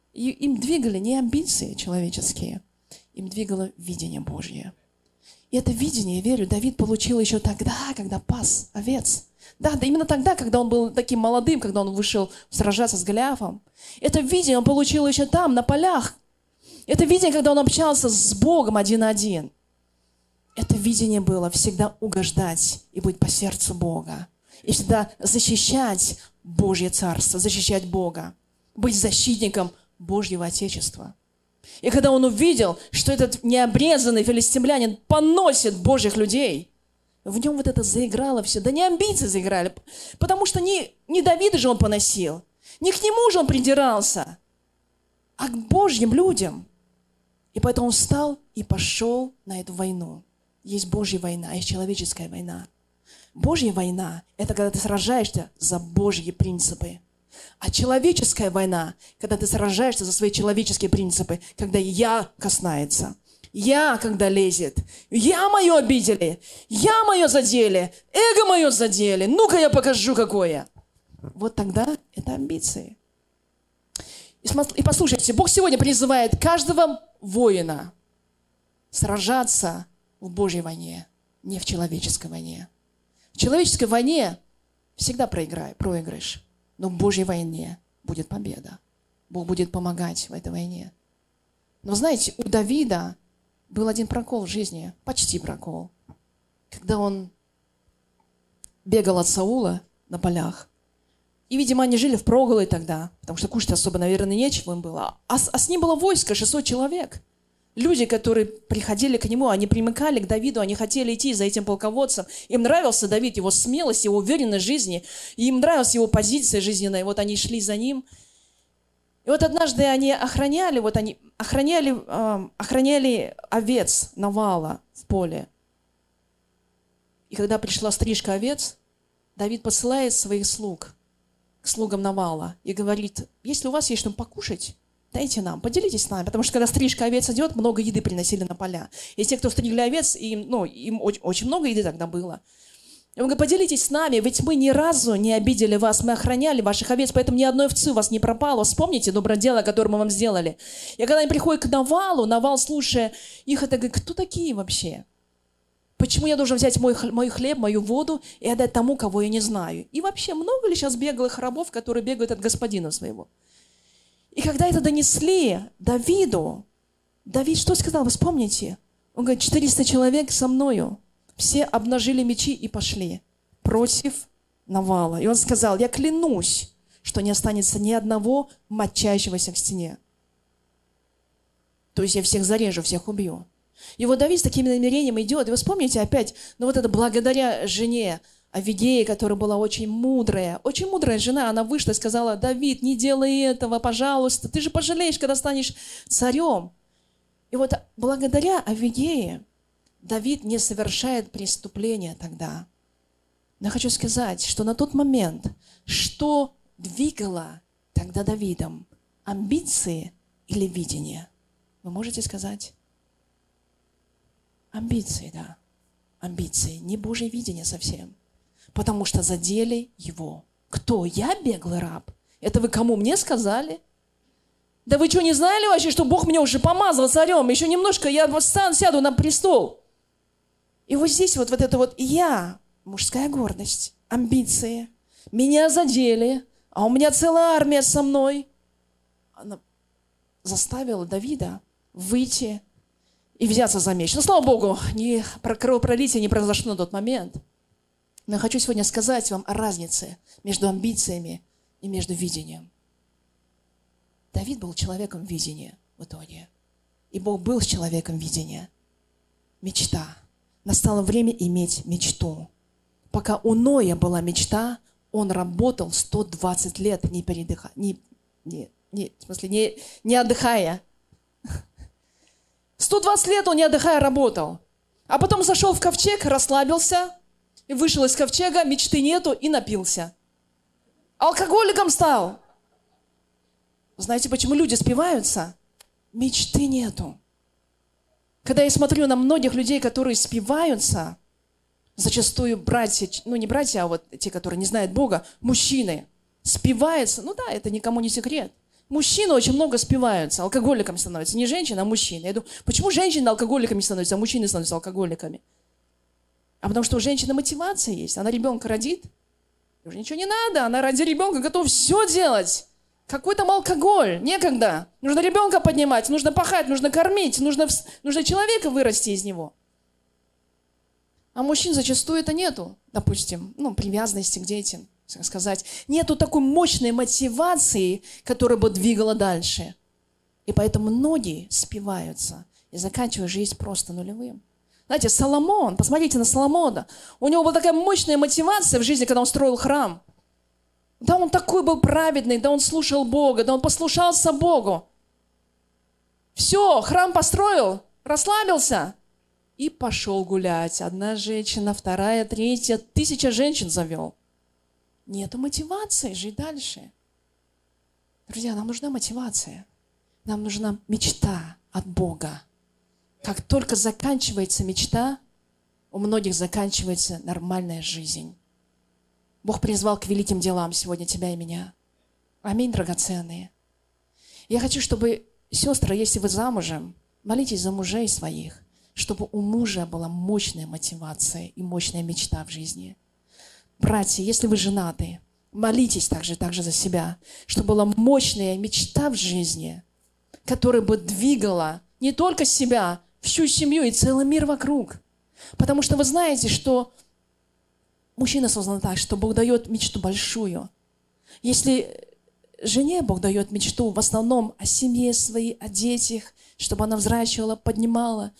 И им двигали не амбиции человеческие, им двигало видение Божье. И это видение, я верю, Давид получил еще тогда, когда пас овец. Да, да, именно тогда, когда он был таким молодым, когда он вышел сражаться с Голиафом. Это видение он получил еще там, на полях. Это видение, когда он общался с Богом один на один. Это видение было всегда угождать и быть по сердцу Бога. И всегда защищать Божье Царство, защищать Бога. Быть защитником Божьего Отечества. И когда он увидел, что этот необрезанный филистимлянин поносит Божьих людей, в нем вот это заиграло все. Да не амбиции заиграли, потому что не, не Давида же он поносил, не к нему же он придирался, а к Божьим людям. И поэтому он встал и пошел на эту войну. Есть Божья война, есть человеческая война. Божья война – это когда ты сражаешься за Божьи принципы. А человеческая война, когда ты сражаешься за свои человеческие принципы, когда я касается, я когда лезет, я мое обидели, я мое задели, эго мое задели, ну-ка я покажу, какое. Вот тогда это амбиции. И послушайте, Бог сегодня призывает каждого воина сражаться в Божьей войне, не в человеческой войне. В человеческой войне всегда проиграй, проигрыш. Но в Божьей войне будет победа. Бог будет помогать в этой войне. Но знаете, у Давида был один прокол в жизни, почти прокол. Когда он бегал от Саула на полях. И, видимо, они жили впроголодь тогда, потому что кушать особо, наверное, нечего им было. А, а с ним было войско, шестьсот человек. Люди, которые приходили к нему, они примыкали к Давиду, они хотели идти за этим полководцем. Им нравился Давид, его смелость, его уверенность в жизни. И им нравилась его позиция жизненная. И вот они шли за ним. И вот однажды они охраняли, вот они охраняли, э, охраняли овец Навала в поле. И когда пришла стрижка овец, Давид посылает своих слуг к слугам Навала и говорит: если у вас есть что покушать, дайте нам, поделитесь с нами. Потому что когда стрижка овец идет, много еды приносили на поля. И те, кто стригли овец, им, ну, им очень, очень много еды тогда было. И он говорит: поделитесь с нами, ведь мы ни разу не обидели вас, мы охраняли ваших овец, поэтому ни одной овцы у вас не пропало. Вспомните доброе дело, которое мы вам сделали. И когда они приходят к Навалу, Навал, слушая их, это говорит: кто такие вообще? Почему я должен взять мой, мой хлеб, мою воду и отдать тому, кого я не знаю? И вообще, много ли сейчас беглых рабов, которые бегают от господина своего? И когда это донесли Давиду, Давид что сказал, вы вспомните? Он говорит: четыреста человек со мною, все обнажили мечи и пошли против Навала. И он сказал: я клянусь, что не останется ни одного мочащегося к стене. То есть я всех зарежу, всех убью. И вот Давид с таким намерением идет. И вы вспомните опять, ну вот это благодаря жене Авигеи, которая была очень мудрая, очень мудрая жена, она вышла и сказала: Давид, не делай этого, пожалуйста, ты же пожалеешь, когда станешь царем. И вот благодаря Авигее Давид не совершает преступления тогда. Но я хочу сказать, что на тот момент, что двигало тогда Давидом? Амбиции или видение? Вы можете сказать? Амбиции, да. Амбиции, не Божье видение совсем. Потому что задели его. Кто? Я беглый раб? Это вы кому? Мне сказали? Да вы что, не знали вообще, что Бог меня уже помазал царем? Еще немножко, я встану, сяду на престол. И вот здесь вот, вот это вот я, мужская гордость, амбиции. Меня задели, а у меня целая армия со мной. Она заставила Давида выйти и взяться за меч. Но, слава Богу, ни кровопролитие не произошло на тот момент. Но я хочу сегодня сказать вам о разнице между амбициями и между видением. Давид был человеком видения в итоге. И Бог был с человеком видения. Мечта. Настало время иметь мечту. Пока у Ноя была мечта, он работал сто двадцать лет, не передыхая, не, не, не, в смысле, не, не отдыхая. сто двадцать лет он, не отдыхая, работал. А потом зашел в ковчег, расслабился, и вышел из ковчега, мечты нету, и напился. Алкоголиком стал. Знаете, почему люди спиваются? Мечты нету. Когда я смотрю на многих людей, которые спиваются, зачастую братья, ну не братья, а вот те, которые не знают Бога, мужчины, спиваются, ну да, это никому не секрет. Мужчины очень много спиваются, алкоголиками становятся. Не женщины, а мужчины. Я думаю, почему женщины алкоголиками становятся, а мужчины становятся алкоголиками? А потому что у женщины мотивация есть. Она ребенка родит, уже ничего не надо. Она ради ребенка готова все делать. Какой там алкоголь? Некогда. Нужно ребенка поднимать, нужно пахать, нужно кормить, нужно, нужно человека вырасти из него. А мужчин зачастую это нету, допустим, ну, привязанности к детям, так сказать. Нету такой мощной мотивации, которая бы двигала дальше. И поэтому многие спиваются и заканчивают жизнь просто нулевым. Знаете, Соломон, посмотрите на Соломона. У него была такая мощная мотивация в жизни, когда он строил храм. Да, он такой был праведный, да, он слушал Бога, да, он послушался Богу. Все, храм построил, расслабился и пошел гулять. Одна женщина, вторая, третья, тысяча женщин завел. Нету мотивации жить дальше. Друзья, нам нужна мотивация. Нам нужна мечта от Бога. Как только заканчивается мечта, у многих заканчивается нормальная жизнь. Бог призвал к великим делам сегодня тебя и меня. Аминь, драгоценные. Я хочу, чтобы, сестры, если вы замужем, молитесь за мужей своих, чтобы у мужа была мощная мотивация и мощная мечта в жизни. Братья, если вы женаты, молитесь также, также за себя, чтобы была мощная мечта в жизни, которая бы двигала не только себя, всю семью и целый мир вокруг. Потому что вы знаете, что мужчина создан так, что Бог дает мечту большую. Если жене Бог дает мечту в основном о семье своей, о детях, чтобы она взращивала, поднимала,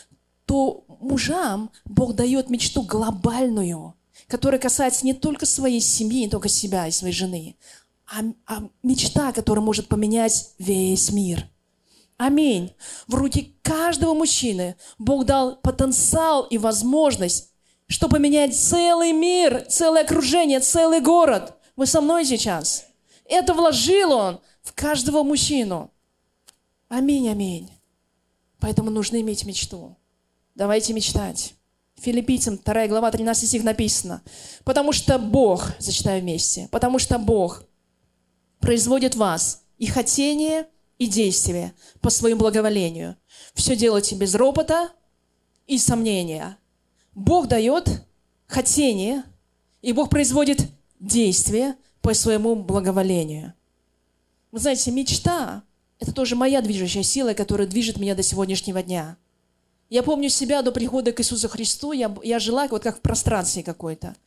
то мужам Бог дает мечту глобальную, которая касается не только своей семьи, не только себя и своей жены, а, а мечта, которая может поменять весь мир. Аминь. В руки каждого мужчины Бог дал потенциал и возможность, чтобы менять целый мир, целое окружение, целый город. Вы со мной сейчас? Это вложил Он в каждого мужчину. Аминь, аминь. Поэтому нужно иметь мечту. Давайте мечтать. Филиппийцам вторая глава, тринадцатый стих написано. Потому что Бог, зачитаю вместе, потому что Бог производит в вас и хотение, и действие по своему благоволению. Все делайте без ропота и сомнения. Бог дает хотение, и Бог производит действие по своему благоволению. Вы знаете, мечта – это тоже моя движущая сила, которая движет меня до сегодняшнего дня. Я помню себя до прихода к Иисусу Христу, я, я жила вот как в прострации какой-то.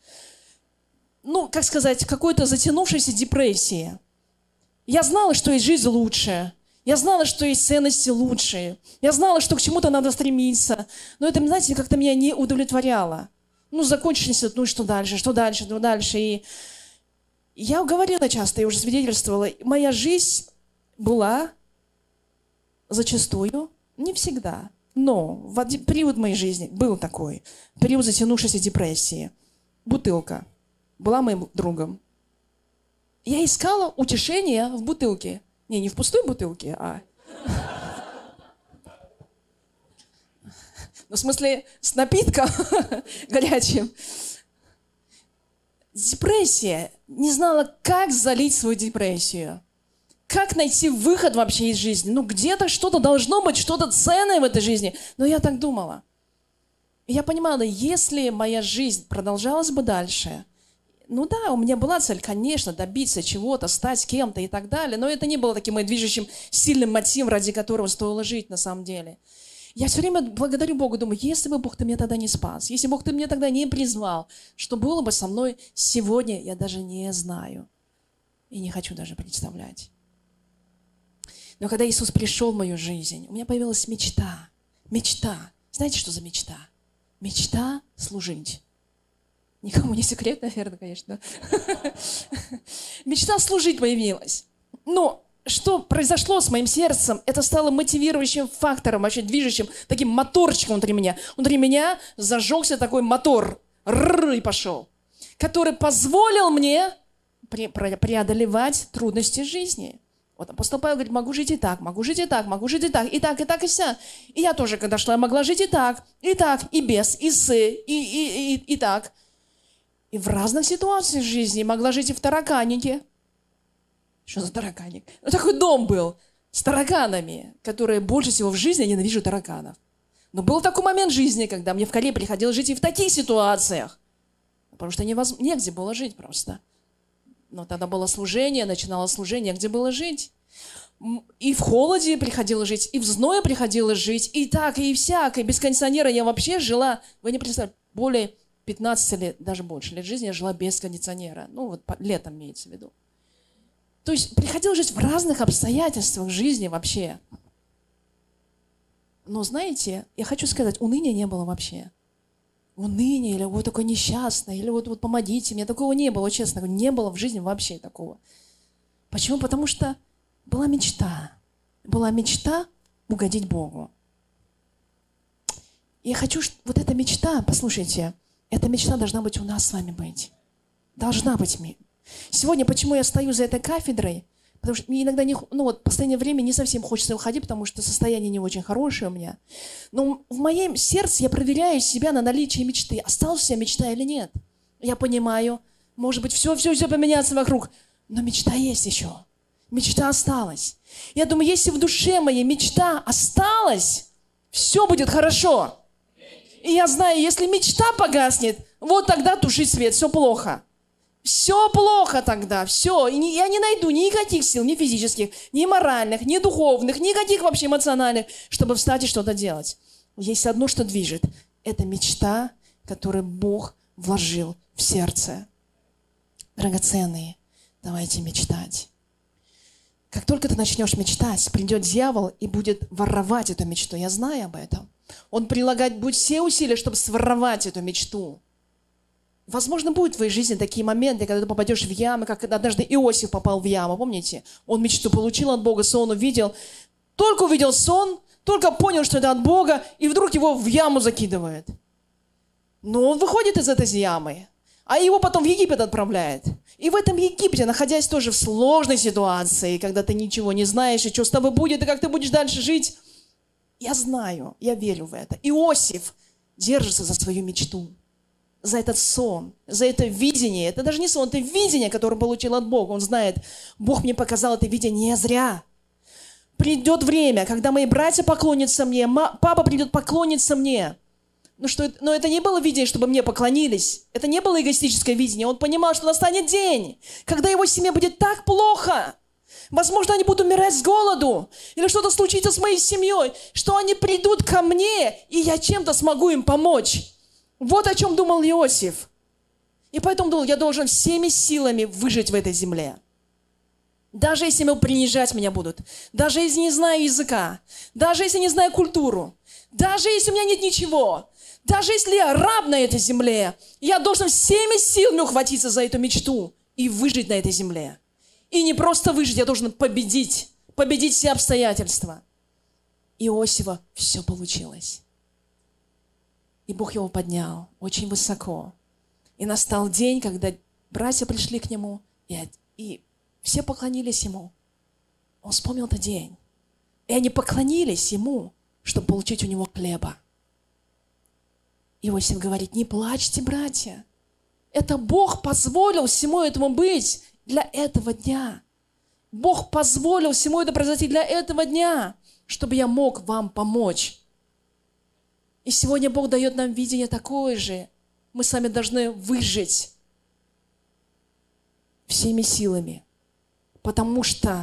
Ну, как сказать, какой-то затянувшейся депрессии. Я знала, что есть жизнь лучше. Я знала, что есть ценности лучшие. Я знала, что к чему-то надо стремиться. Но это, знаете, как-то меня не удовлетворяло. Ну, закончишь институт, ну и что дальше, что дальше, что дальше. И я говорила часто, я уже свидетельствовала. Моя жизнь была зачастую, не всегда, но в один период моей жизни был такой, период затянувшейся депрессии. Бутылка была моим другом. Я искала утешение в бутылке. Не, не в пустой бутылке, а... Ну, в смысле, с напитком горячим. Депрессия. Не знала, как залить свою депрессию. Как найти выход вообще из жизни. Ну, где-то что-то должно быть, что-то ценное в этой жизни. Но я так думала. И я понимала, если моя жизнь продолжалась бы дальше... Ну да, у меня была цель, конечно, добиться чего-то, стать кем-то и так далее, но это не было таким моим движущим сильным мотивом, ради которого стоило жить на самом деле. Я все время благодарю Бога, думаю, если бы Бог ты меня тогда не спас, если Бог ты меня тогда не призвал, что было бы со мной сегодня, я даже не знаю и не хочу даже представлять. Но когда Иисус пришел в мою жизнь, у меня появилась мечта. Мечта. Знаете, что за мечта? Мечта служить. Никому не секрет, наверное, конечно. Мечта служить появилась. Но что произошло с моим сердцем, это стало мотивирующим фактором, вообще движущим, таким моторчиком внутри меня. Внутри меня зажегся такой мотор, и пошел, который позволил мне преодолевать трудности жизни. Вот апостол Павел говорит, могу жить и так, могу жить и так, могу жить и так, и так, и так, и вся. И я тоже, когда шла, могла жить и так, и так, и без, и с, и, и, и, и так. И в разных ситуациях жизни могла жить и в тараканике. Что за тараканик? Ну, такой дом был с тараканами, которые больше всего в жизни я ненавижу тараканов. Но был такой момент в жизни, когда мне в Корее приходилось жить и в таких ситуациях. Потому что невоз... негде было жить просто. Но тогда было служение, начинало служение, где было жить. И в холоде приходилось жить, и в зное приходилось жить, и так, и всяк, и без кондиционера я вообще жила, вы не представляете, более пятнадцати лет, даже больше лет жизни я жила без кондиционера. Ну, вот летом имеется в виду. То есть приходилось жить в разных обстоятельствах жизни вообще. Но знаете, я хочу сказать, уныния не было вообще. Уныния, или вот такое несчастное, или вот, вот помогите мне, такого не было, честно, не было в жизни вообще такого. Почему? Потому что была мечта. Была мечта угодить Богу. И я хочу, вот эта мечта, послушайте, эта мечта должна быть у нас с вами быть. Должна быть. Сегодня почему я стою за этой кафедрой? Потому что мне иногда, не, ну вот, в последнее время не совсем хочется уходить, потому что состояние не очень хорошее у меня. Но в моем сердце я проверяю себя на наличие мечты. Осталась у меня мечта или нет? Я понимаю, может быть, все, все, все поменяться вокруг. Но мечта есть еще. Мечта осталась. Я думаю, если в душе моей мечта осталась, все будет хорошо. И я знаю, если мечта погаснет, вот тогда тушить свет, все плохо. Все плохо тогда, все. И не, я не найду никаких сил, ни физических, ни моральных, ни духовных, никаких вообще эмоциональных, чтобы встать и что-то делать. Есть одно, что движет. Это мечта, которую Бог вложил в сердце. Драгоценные, давайте мечтать. Как только ты начнешь мечтать, придет дьявол и будет воровать эту мечту. Я знаю об этом. Он прилагать будет все усилия, чтобы своровать эту мечту. Возможно, будут в твоей жизни такие моменты, когда ты попадешь в ямы, как однажды Иосиф попал в яму, помните? Он мечту получил от Бога, сон увидел. Только увидел сон, только понял, что это от Бога, и вдруг его в яму закидывает. Но он выходит из этой ямы, а его потом в Египет отправляет. И в этом Египте, находясь тоже в сложной ситуации, когда ты ничего не знаешь, и что с тобой будет, и как ты будешь дальше жить, я знаю, я верю в это. Иосиф держится за свою мечту, за этот сон, за это видение. Это даже не сон, это видение, которое он получил от Бога. Он знает, Бог мне показал это видение не зря. Придет время, когда мои братья поклонятся мне, папа придет поклониться мне. Но, что, но это не было видение, чтобы мне поклонились. Это не было эгоистическое видение. Он понимал, что настанет день, когда его семье будет так плохо. Возможно, они будут умирать с голоду. Или что-то случится с моей семьей, что они придут ко мне, и я чем-то смогу им помочь. Вот о чем думал Иосиф. И поэтому думал, я должен всеми силами выжить в этой земле. Даже если принижать меня будут, даже если не знаю языка, даже если не знаю культуру, даже если у меня нет ничего, даже если я раб на этой земле, я должен всеми силами ухватиться за эту мечту и выжить на этой земле. И не просто выжить, я должен победить, победить все обстоятельства. Иосифа все получилось. И Бог его поднял очень высоко. И настал день, когда братья пришли к нему, и, и все поклонились ему. Он вспомнил этот день. И они поклонились ему, чтобы получить у него хлеба. Иосиф говорит, не плачьте, братья. Это Бог позволил всему этому быть для этого дня. Бог позволил всему это произойти для этого дня, чтобы я мог вам помочь. И сегодня Бог дает нам видение такое же. Мы сами должны выжить всеми силами, потому что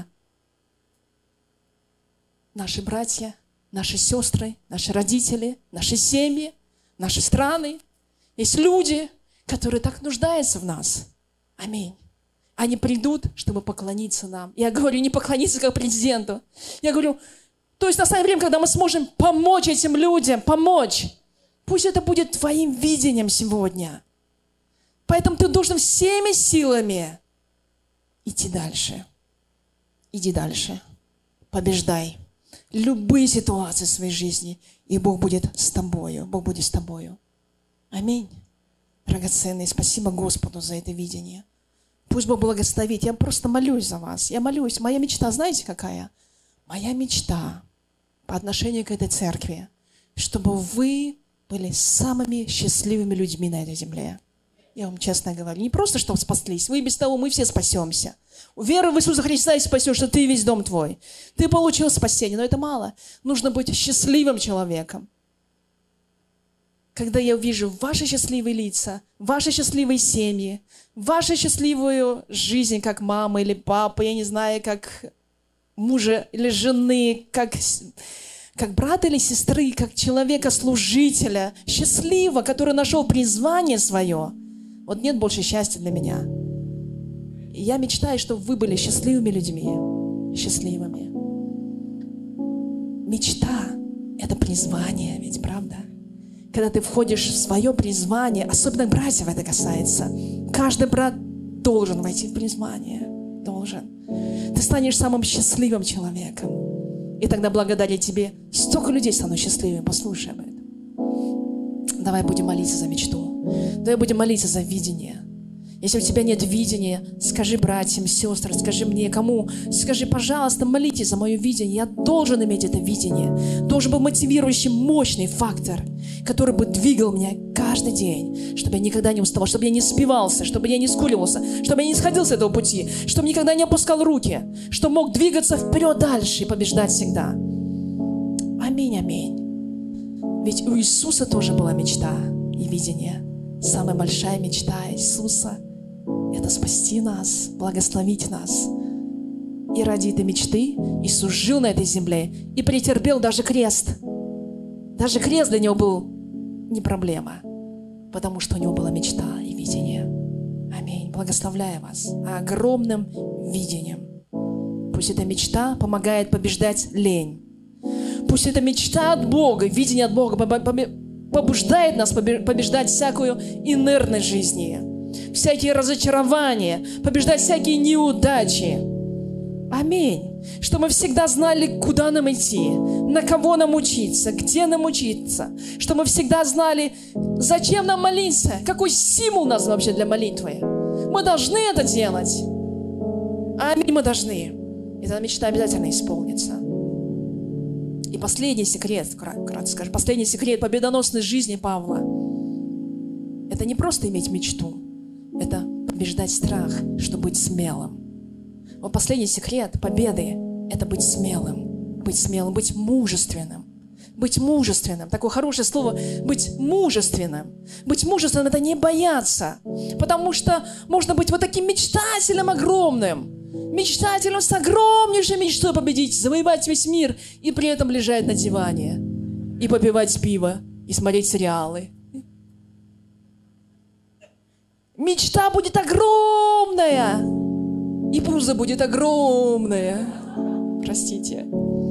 наши братья, наши сестры, наши родители, наши семьи, наши страны, есть люди, которые так нуждаются в нас. Аминь. Они придут, чтобы поклониться нам. Я говорю, не поклониться как президенту. Я говорю, то есть настанет время, когда мы сможем помочь этим людям, помочь. Пусть это будет твоим видением сегодня. Поэтому ты должен всеми силами идти дальше. Иди дальше. Побеждай любые ситуации в своей жизни, и Бог будет с тобою. Бог будет с тобою. Аминь. Драгоценные, спасибо Господу за это видение. Пусть Бог благословит. Я просто молюсь за вас. Я молюсь. Моя мечта, знаете, какая? Моя мечта по отношению к этой церкви, чтобы вы были самыми счастливыми людьми на этой земле. Я вам честно говорю. Не просто, чтобы спаслись. Вы без того, мы все спасемся. Вера в Иисуса Христа и спасешь, что ты и весь дом твой. Ты получил спасение, но это мало. Нужно быть счастливым человеком. Когда я увижу ваши счастливые лица, ваши счастливые семьи, вашу счастливую жизнь, как мама или папа, я не знаю, как мужа или жены, как, как брата или сестры, как человека-служителя, счастливого, который нашел призвание свое. Вот нет больше счастья для меня. И я мечтаю, чтобы вы были счастливыми людьми. Счастливыми. Мечта – это призвание, ведь правда? Когда ты входишь в свое призвание, особенно братьев это касается, каждый брат должен войти в призвание. Должен. Ты станешь самым счастливым человеком. И тогда благодаря тебе столько людей станут счастливыми. Послушай об этом. Давай будем молиться за мечту. Давай будем молиться за видение. Если у тебя нет видения, скажи братьям, сестрам, скажи мне, кому, скажи, пожалуйста, молитесь за мое видение. Я должен иметь это видение. Должен быть мотивирующий, мощный фактор, который бы двигал меня каждый день, чтобы я никогда не уставал, чтобы я не спивался, чтобы я не скуливался, чтобы я не сходил с этого пути, чтобы никогда не опускал руки, чтобы мог двигаться вперед дальше и побеждать всегда. Аминь, аминь. Ведь у Иисуса тоже была мечта и видение. Самая большая мечта Иисуса – это спасти нас, благословить нас. И ради этой мечты Иисус жил на этой земле и претерпел даже крест. Даже крест для Него был не проблема, потому что у Него была мечта и видение. Аминь. Благословляю вас огромным видением. Пусть эта мечта помогает побеждать лень. Пусть эта мечта от Бога, видение от Бога побуждает нас побеждать всякую инертность жизни, всякие разочарования, побеждать всякие неудачи. Аминь. Что мы всегда знали, куда нам идти, на кого нам учиться, где нам учиться. Что мы всегда знали, зачем нам молиться, какой стимул у нас вообще для молитвы. Мы должны это делать. Аминь, мы должны. И эта мечта обязательно исполнится. И последний секрет, кратко скажу, последний секрет победоносной жизни Павла – это не просто иметь мечту, это побеждать страх, чтобы быть смелым. Вот последний секрет победы – это быть смелым, быть смелым, быть мужественным. Быть мужественным. Такое хорошее слово – быть мужественным. Быть мужественным – это не бояться, потому что можно быть вот таким мечтателем огромным, мечтателем с огромнейшей мечтой победить, завоевать весь мир и при этом лежать на диване и попивать пиво и смотреть сериалы. Мечта будет огромная, и пузо будет огромное. Простите.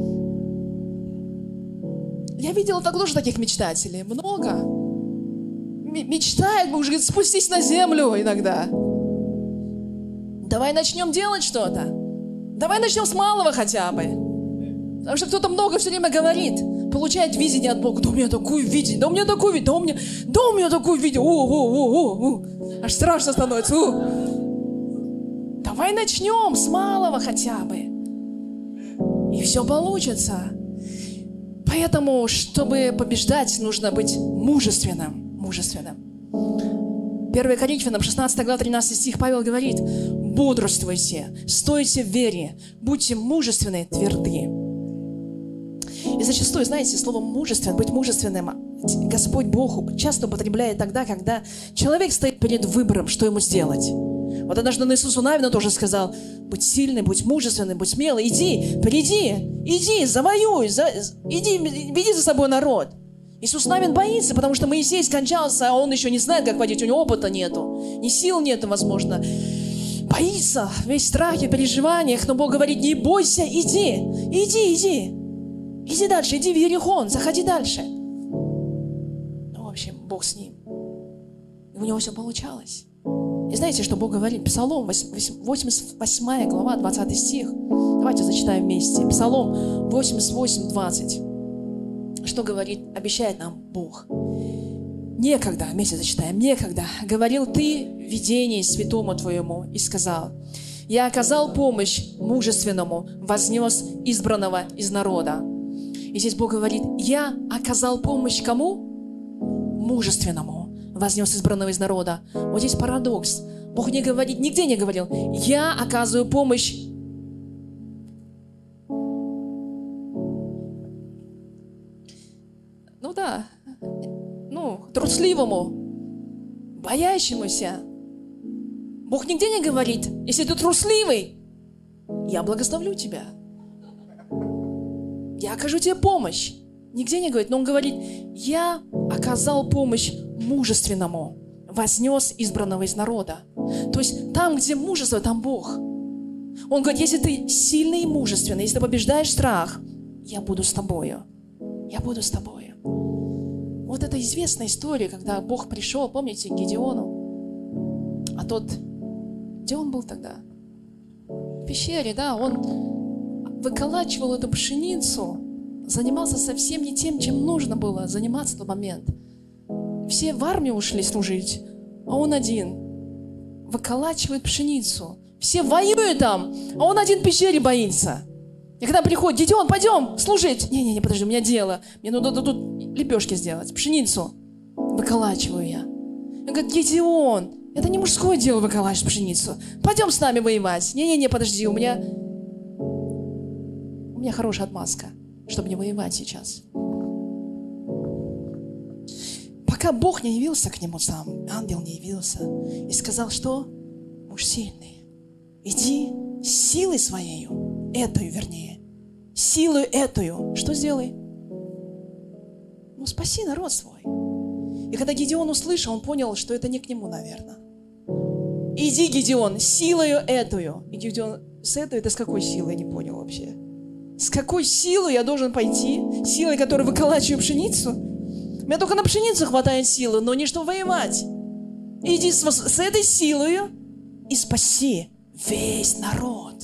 Я видела так тоже таких мечтателей. Много. М- мечтает, может говорит, спустись на землю иногда. Давай начнем делать что-то. Давай начнем с малого хотя бы. Потому что кто-то много все время говорит, получает видение от Бога. Да у меня такое видение, да у меня такое видение, да у меня, да у меня такое видение. О, о, о, о, о. Аж страшно становится. О. Давай начнем с малого хотя бы. И все получится. Поэтому, чтобы побеждать, нужно быть мужественным. Мужественным. первое Коринфянам, шестнадцатая глава, тринадцатый стих, Павел говорит: бодрствуйте, стойте в вере, будьте мужественны, тверды. И зачастую, знаете, слово «мужествен», быть мужественным, Господь Бог часто употребляет тогда, когда человек стоит перед выбором, что ему сделать. Вот однажды Иисусу Навину тоже сказал: будь сильный, будь мужественный, будь смелый, иди, приди, иди, завоюй, за, иди, веди за собой народ. Иисус Навин боится, потому что Моисей скончался, а он еще не знает, как водить, у него опыта нету, ни сил нету, возможно. Боится, весь в страхе, переживаниях, но Бог говорит: не бойся, иди, иди, иди, иди дальше, иди в Иерихон, заходи дальше. Ну, в общем, Бог с ним. И у него все получалось. И знаете, что Бог говорит? Псалом, восемьдесят восьмая глава, двадцатый стих. Давайте зачитаем вместе. Псалом восемьдесят восемь, двадцать. Что говорит, обещает нам Бог? Некогда, вместе зачитаем, некогда говорил ты в видении святому твоему и сказал: я оказал помощь мужественному, вознес избранного из народа. И здесь Бог говорит: я оказал помощь кому? Мужественному, вознес избранного из народа. Вот здесь парадокс. Бог не говорит, нигде не говорил, я оказываю помощь. Ну да, ну, трусливому, боящемуся. Бог нигде не говорит, если ты трусливый, я благословлю тебя. Я окажу тебе помощь. Нигде не говорит, но он говорит, я оказал помощь мужественному, вознес избранного из народа. То есть там, где мужество, там Бог. Он говорит, если ты сильный и мужественный, если ты побеждаешь страх, я буду с тобою. Я буду с тобою. Вот это известная история, когда Бог пришел, помните, к Гедеону. А тот, где он был тогда? В пещере, да, он выколачивал эту пшеницу, занимался совсем не тем, чем нужно было заниматься в тот момент. Все в армию ушли служить, а он один выколачивает пшеницу. Все воюют там, а он один в пещере боится. И когда приходит Гедеон, пойдем служить. Не-не-не, подожди, у меня дело. Мне нужно тут, тут лепешки сделать, пшеницу. Выколачиваю я. Он говорит, Гедеон, это не мужское дело выколачивать пшеницу. Пойдем с нами воевать. Не-не-не, подожди, у меня... У меня хорошая отмазка, чтобы не воевать сейчас. Пока Бог не явился к нему сам, ангел не явился, и сказал, что муж сильный. Иди силой своей, этою вернее, силою этою, что сделай? Ну, спаси народ свой. И когда Гедеон услышал, он понял, что это не к нему, наверное. Иди, Гедеон, силою этою. И Гедеон, с этой, это с какой силой, я не понял вообще. С какой силой я должен пойти? Силой, которой выколачиваю пшеницу? У меня только на пшеницу хватает силы, но не чтобы воевать. Иди с, с этой силой и спаси весь народ.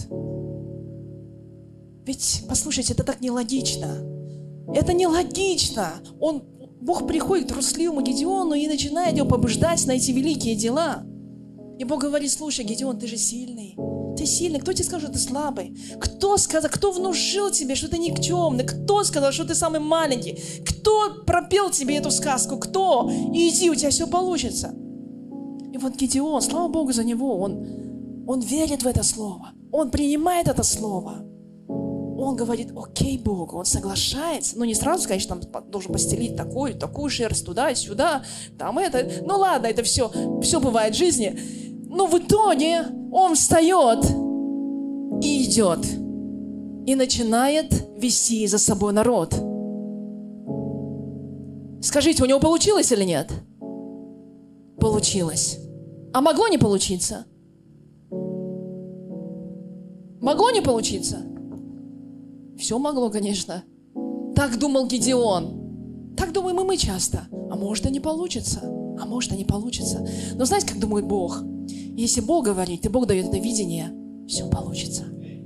Ведь, послушайте, это так нелогично. Это нелогично. Он, Бог приходит к трусливому Гедеону и начинает его побуждать на эти великие дела. И Бог говорит, слушай, Гедеон, ты же сильный. Ты сильный. Кто тебе сказал, что ты слабый? Кто сказал, кто внушил тебе, что ты никчемный? Кто сказал, что ты самый маленький? Кто пропел тебе эту сказку? Кто? Иди, у тебя все получится. И вот Гедеон, слава Богу за него, он, он верит в это слово. Он принимает это слово. Он говорит, окей, Богу, он соглашается. Ну, не сразу, конечно, там должен постелить такую, такую шерсть туда и сюда, там это. Ну, ладно, это все, все бывает в жизни. Но в итоге он встает и идет. И начинает вести за собой народ. Скажите, у него получилось или нет? Получилось. А могло не получиться? Могло не получиться? Все могло, конечно. Так думал Гедеон. Так думаем и мы часто. А может, и не получится. А может, и не получится. Но знаете, как думает Бог? Если Бог говорит, и Бог дает это видение, все получится.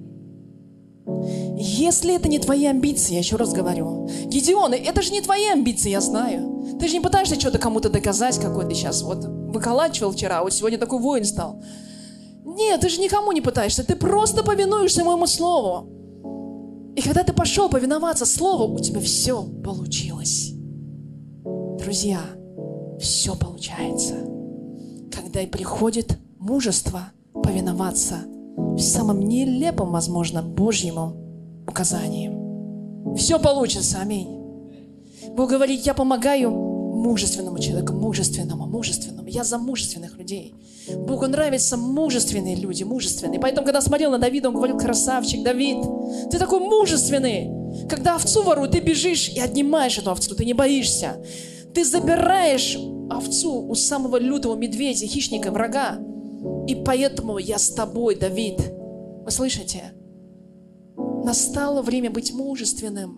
Если это не твои амбиции, я еще раз говорю. Гедеон, это же не твои амбиции, я знаю. Ты же не пытаешься что-то кому-то доказать, какой ты сейчас вот выколачивал вчера, вот сегодня такой воин стал. Нет, ты же никому не пытаешься. Ты просто повинуешься моему слову. И когда ты пошел повиноваться слову, у тебя все получилось. Друзья, все получается. Когда и приходит мужество повиноваться в самом нелепом, возможно, Божьему указанием. Все получится, аминь. Бог говорит, я помогаю мужественному человеку, мужественному, мужественному. Я за мужественных людей. Богу нравятся мужественные люди, мужественные. Поэтому, когда смотрел на Давида, он говорил, красавчик, Давид, ты такой мужественный. Когда овцу воруют, ты бежишь и отнимаешь эту овцу, ты не боишься. Ты забираешь овцу у самого лютого медведя, хищника, врага. И поэтому я с тобой, Давид. Вы слышите? Настало время быть мужественным.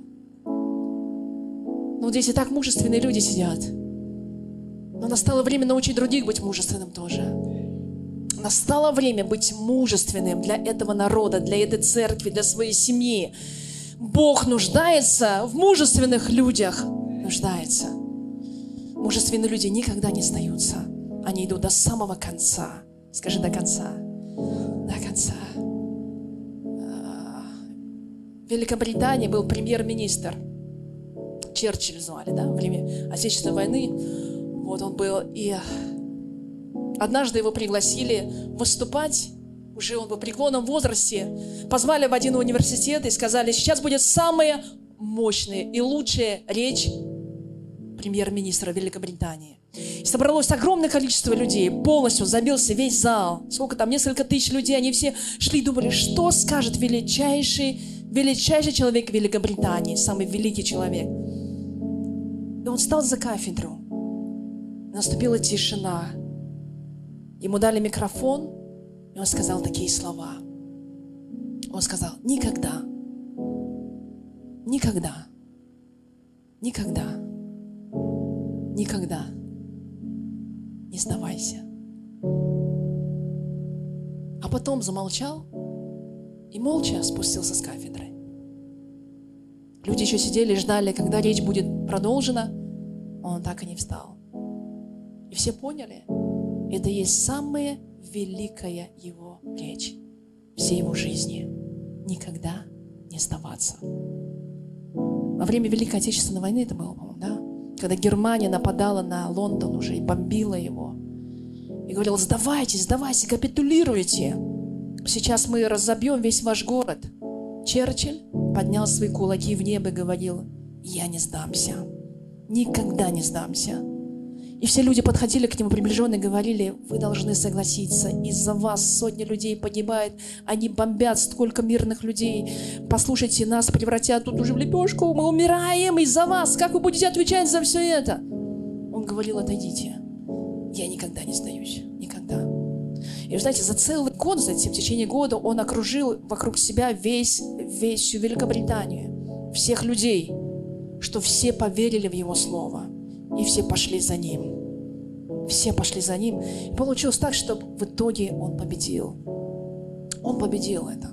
Ну, здесь и так мужественные люди сидят. Но настало время научить других быть мужественным тоже. Настало время быть мужественным для этого народа, для этой церкви, для своей семьи. Бог нуждается в мужественных людях. Нуждается. Мужественные люди никогда не сдаются. Они идут до самого конца. Скажи, до конца. До конца. В Великобритании был премьер-министр. Черчилль звали, да, во время Отечественной войны. Вот он был. И однажды его пригласили выступать. Уже он был в преклонном возрасте. Позвали в один университет и сказали, сейчас будет самая мощная и лучшая речь премьер-министра Великобритании. И собралось огромное количество людей, полностью забился весь зал. Сколько там, несколько тысяч людей, они все шли и думали, что скажет величайший, величайший человек Великобритании, самый великий человек. И он встал за кафедру. Наступила тишина. Ему дали микрофон, и он сказал такие слова. Он сказал, никогда, никогда, никогда, никогда не сдавайся. А потом замолчал и молча спустился с кафедры. Люди еще сидели и ждали, когда речь будет продолжена. Он так и не встал. И все поняли, это и есть самая великая его речь всей его жизни. Никогда не сдаваться. Во время Великой Отечественной войны это было, по-моему, да? Когда Германия нападала на Лондон уже и бомбила его. И говорила, сдавайтесь, сдавайтесь, капитулируйте. Сейчас мы разобьем весь ваш город. Черчилль поднял свои кулаки в небо и говорил, я не сдамся. Никогда не сдамся. И все люди подходили к нему приближенно и говорили, вы должны согласиться, из-за вас сотни людей погибает, они бомбят столько мирных людей. Послушайте, нас превратят тут уже в лепешку, мы умираем из-за вас, как вы будете отвечать за все это? Он говорил, отойдите, я никогда не сдаюсь, никогда. И вы знаете, за целый год, затем в течение года он окружил вокруг себя весь, весь всю Великобританию, всех людей, что все поверили в его слово. И все пошли за ним. Все пошли за ним. И получилось так, что в итоге он победил. Он победил это.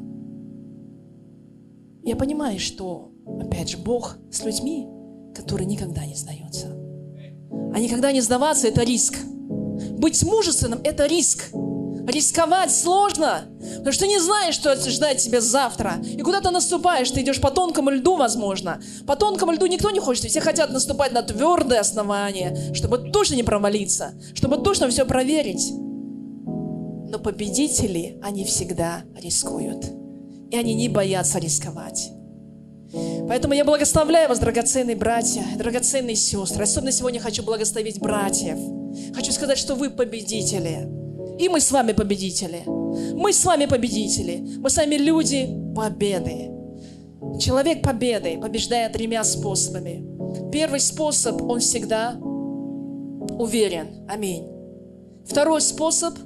Я понимаю, что, опять же, Бог с людьми, которые никогда не сдаются. А никогда не сдаваться – это риск. Быть мужественным – это риск. Рисковать сложно, потому что ты не знаешь, что ждать тебя завтра. И куда ты наступаешь, ты идешь по тонкому льду, возможно. По тонкому льду никто не хочет, все хотят наступать на твердое основание, чтобы точно не провалиться, чтобы точно все проверить. Но победители, они всегда рискуют. И они не боятся рисковать. Поэтому я благословляю вас, драгоценные братья, драгоценные сестры. Особенно сегодня хочу благословить братьев. Хочу сказать, что вы победители. И мы с вами победители. Мы с вами победители. Мы с вами люди победы. Человек победы побеждает тремя способами. Первый способ, он всегда уверен. Аминь. Второй способ,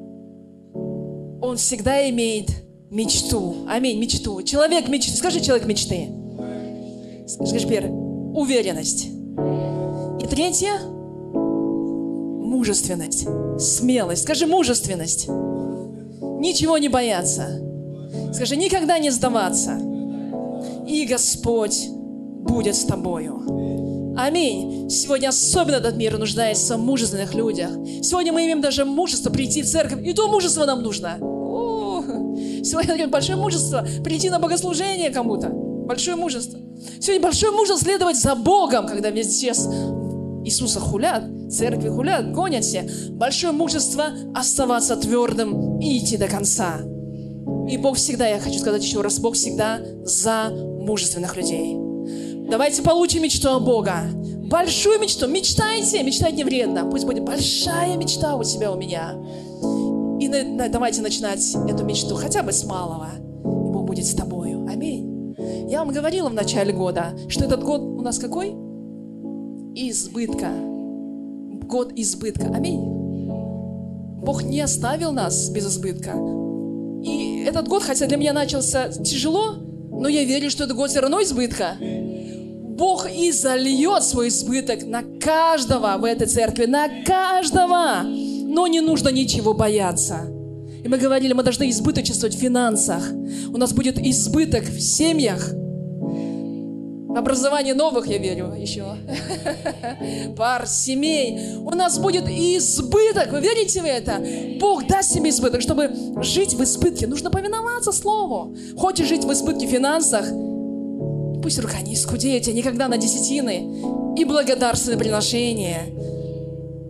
он всегда имеет мечту. Аминь, мечту. Человек мечты. Скажи, человек мечты. Скажи первый. Уверенность. И третье, мужественность, смелость. Скажи, мужественность. Ничего не бояться. Скажи, никогда не сдаваться. И Господь будет с тобою. Аминь. Сегодня особенно этот мир нуждается в мужественных людях. Сегодня мы имеем даже мужество прийти в церковь. И то мужество нам нужно. О, сегодня большое мужество прийти на богослужение кому-то. Большое мужество. Сегодня большое мужество следовать за Богом, когда везде Иисуса хулят, церкви хулят, гонят все. Большое мужество оставаться твердым и идти до конца. И Бог всегда, я хочу сказать еще раз, Бог всегда за мужественных людей. Давайте получим мечту от Бога. Большую мечту. Мечтайте. Мечтать не вредно. Пусть будет большая мечта у тебя, у меня. И на, давайте начинать эту мечту хотя бы с малого. И Бог будет с тобою. Аминь. Я вам говорила в начале года, что этот год у нас какой? Избытка. Год избытка. Аминь. Бог не оставил нас без избытка. И этот год, хотя для меня начался тяжело, но я верю, что этот год все равно избытка. Бог и зальет свой избыток на каждого в этой церкви, на каждого. Но не нужно ничего бояться. И мы говорили, мы должны избыточествовать в финансах. У нас будет избыток в семьях. Образование новых, я верю, еще. Пар, семей. У нас будет избыток. Вы верите в это? Бог даст себе избыток. Чтобы жить в избытке, нужно повиноваться Слову. Хочешь жить в избытке в финансах? Пусть рука не скудеет, никогда на десятины и благодарственные приношения.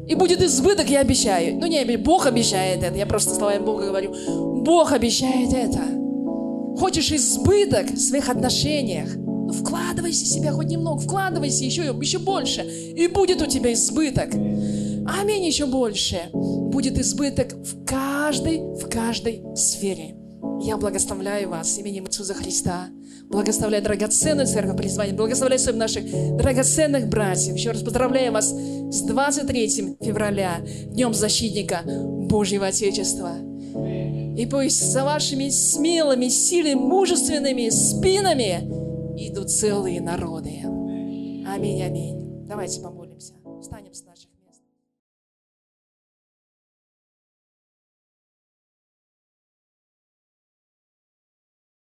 И будет избыток, я обещаю. Ну, не, Бог обещает это. Я просто словами Бога говорю. Бог обещает это. Хочешь избыток в своих отношениях? Ну, вкладывайся в себя хоть немного. Вкладывайся еще, еще больше. И будет у тебя избыток. Аминь, еще больше. Будет избыток в каждой, в каждой сфере. Я благословляю вас именем Иисуса Христа. Благословляю драгоценную церковь призвания. Благословляю всех наших драгоценных братьев. Еще раз поздравляю вас с двадцать третьим февраля, Днем Защитника Божьего Отечества. И пусть за вашими смелыми, сильными, мужественными спинами идут целые народы. Аминь, аминь. Давайте помолимся. Встанем с нами.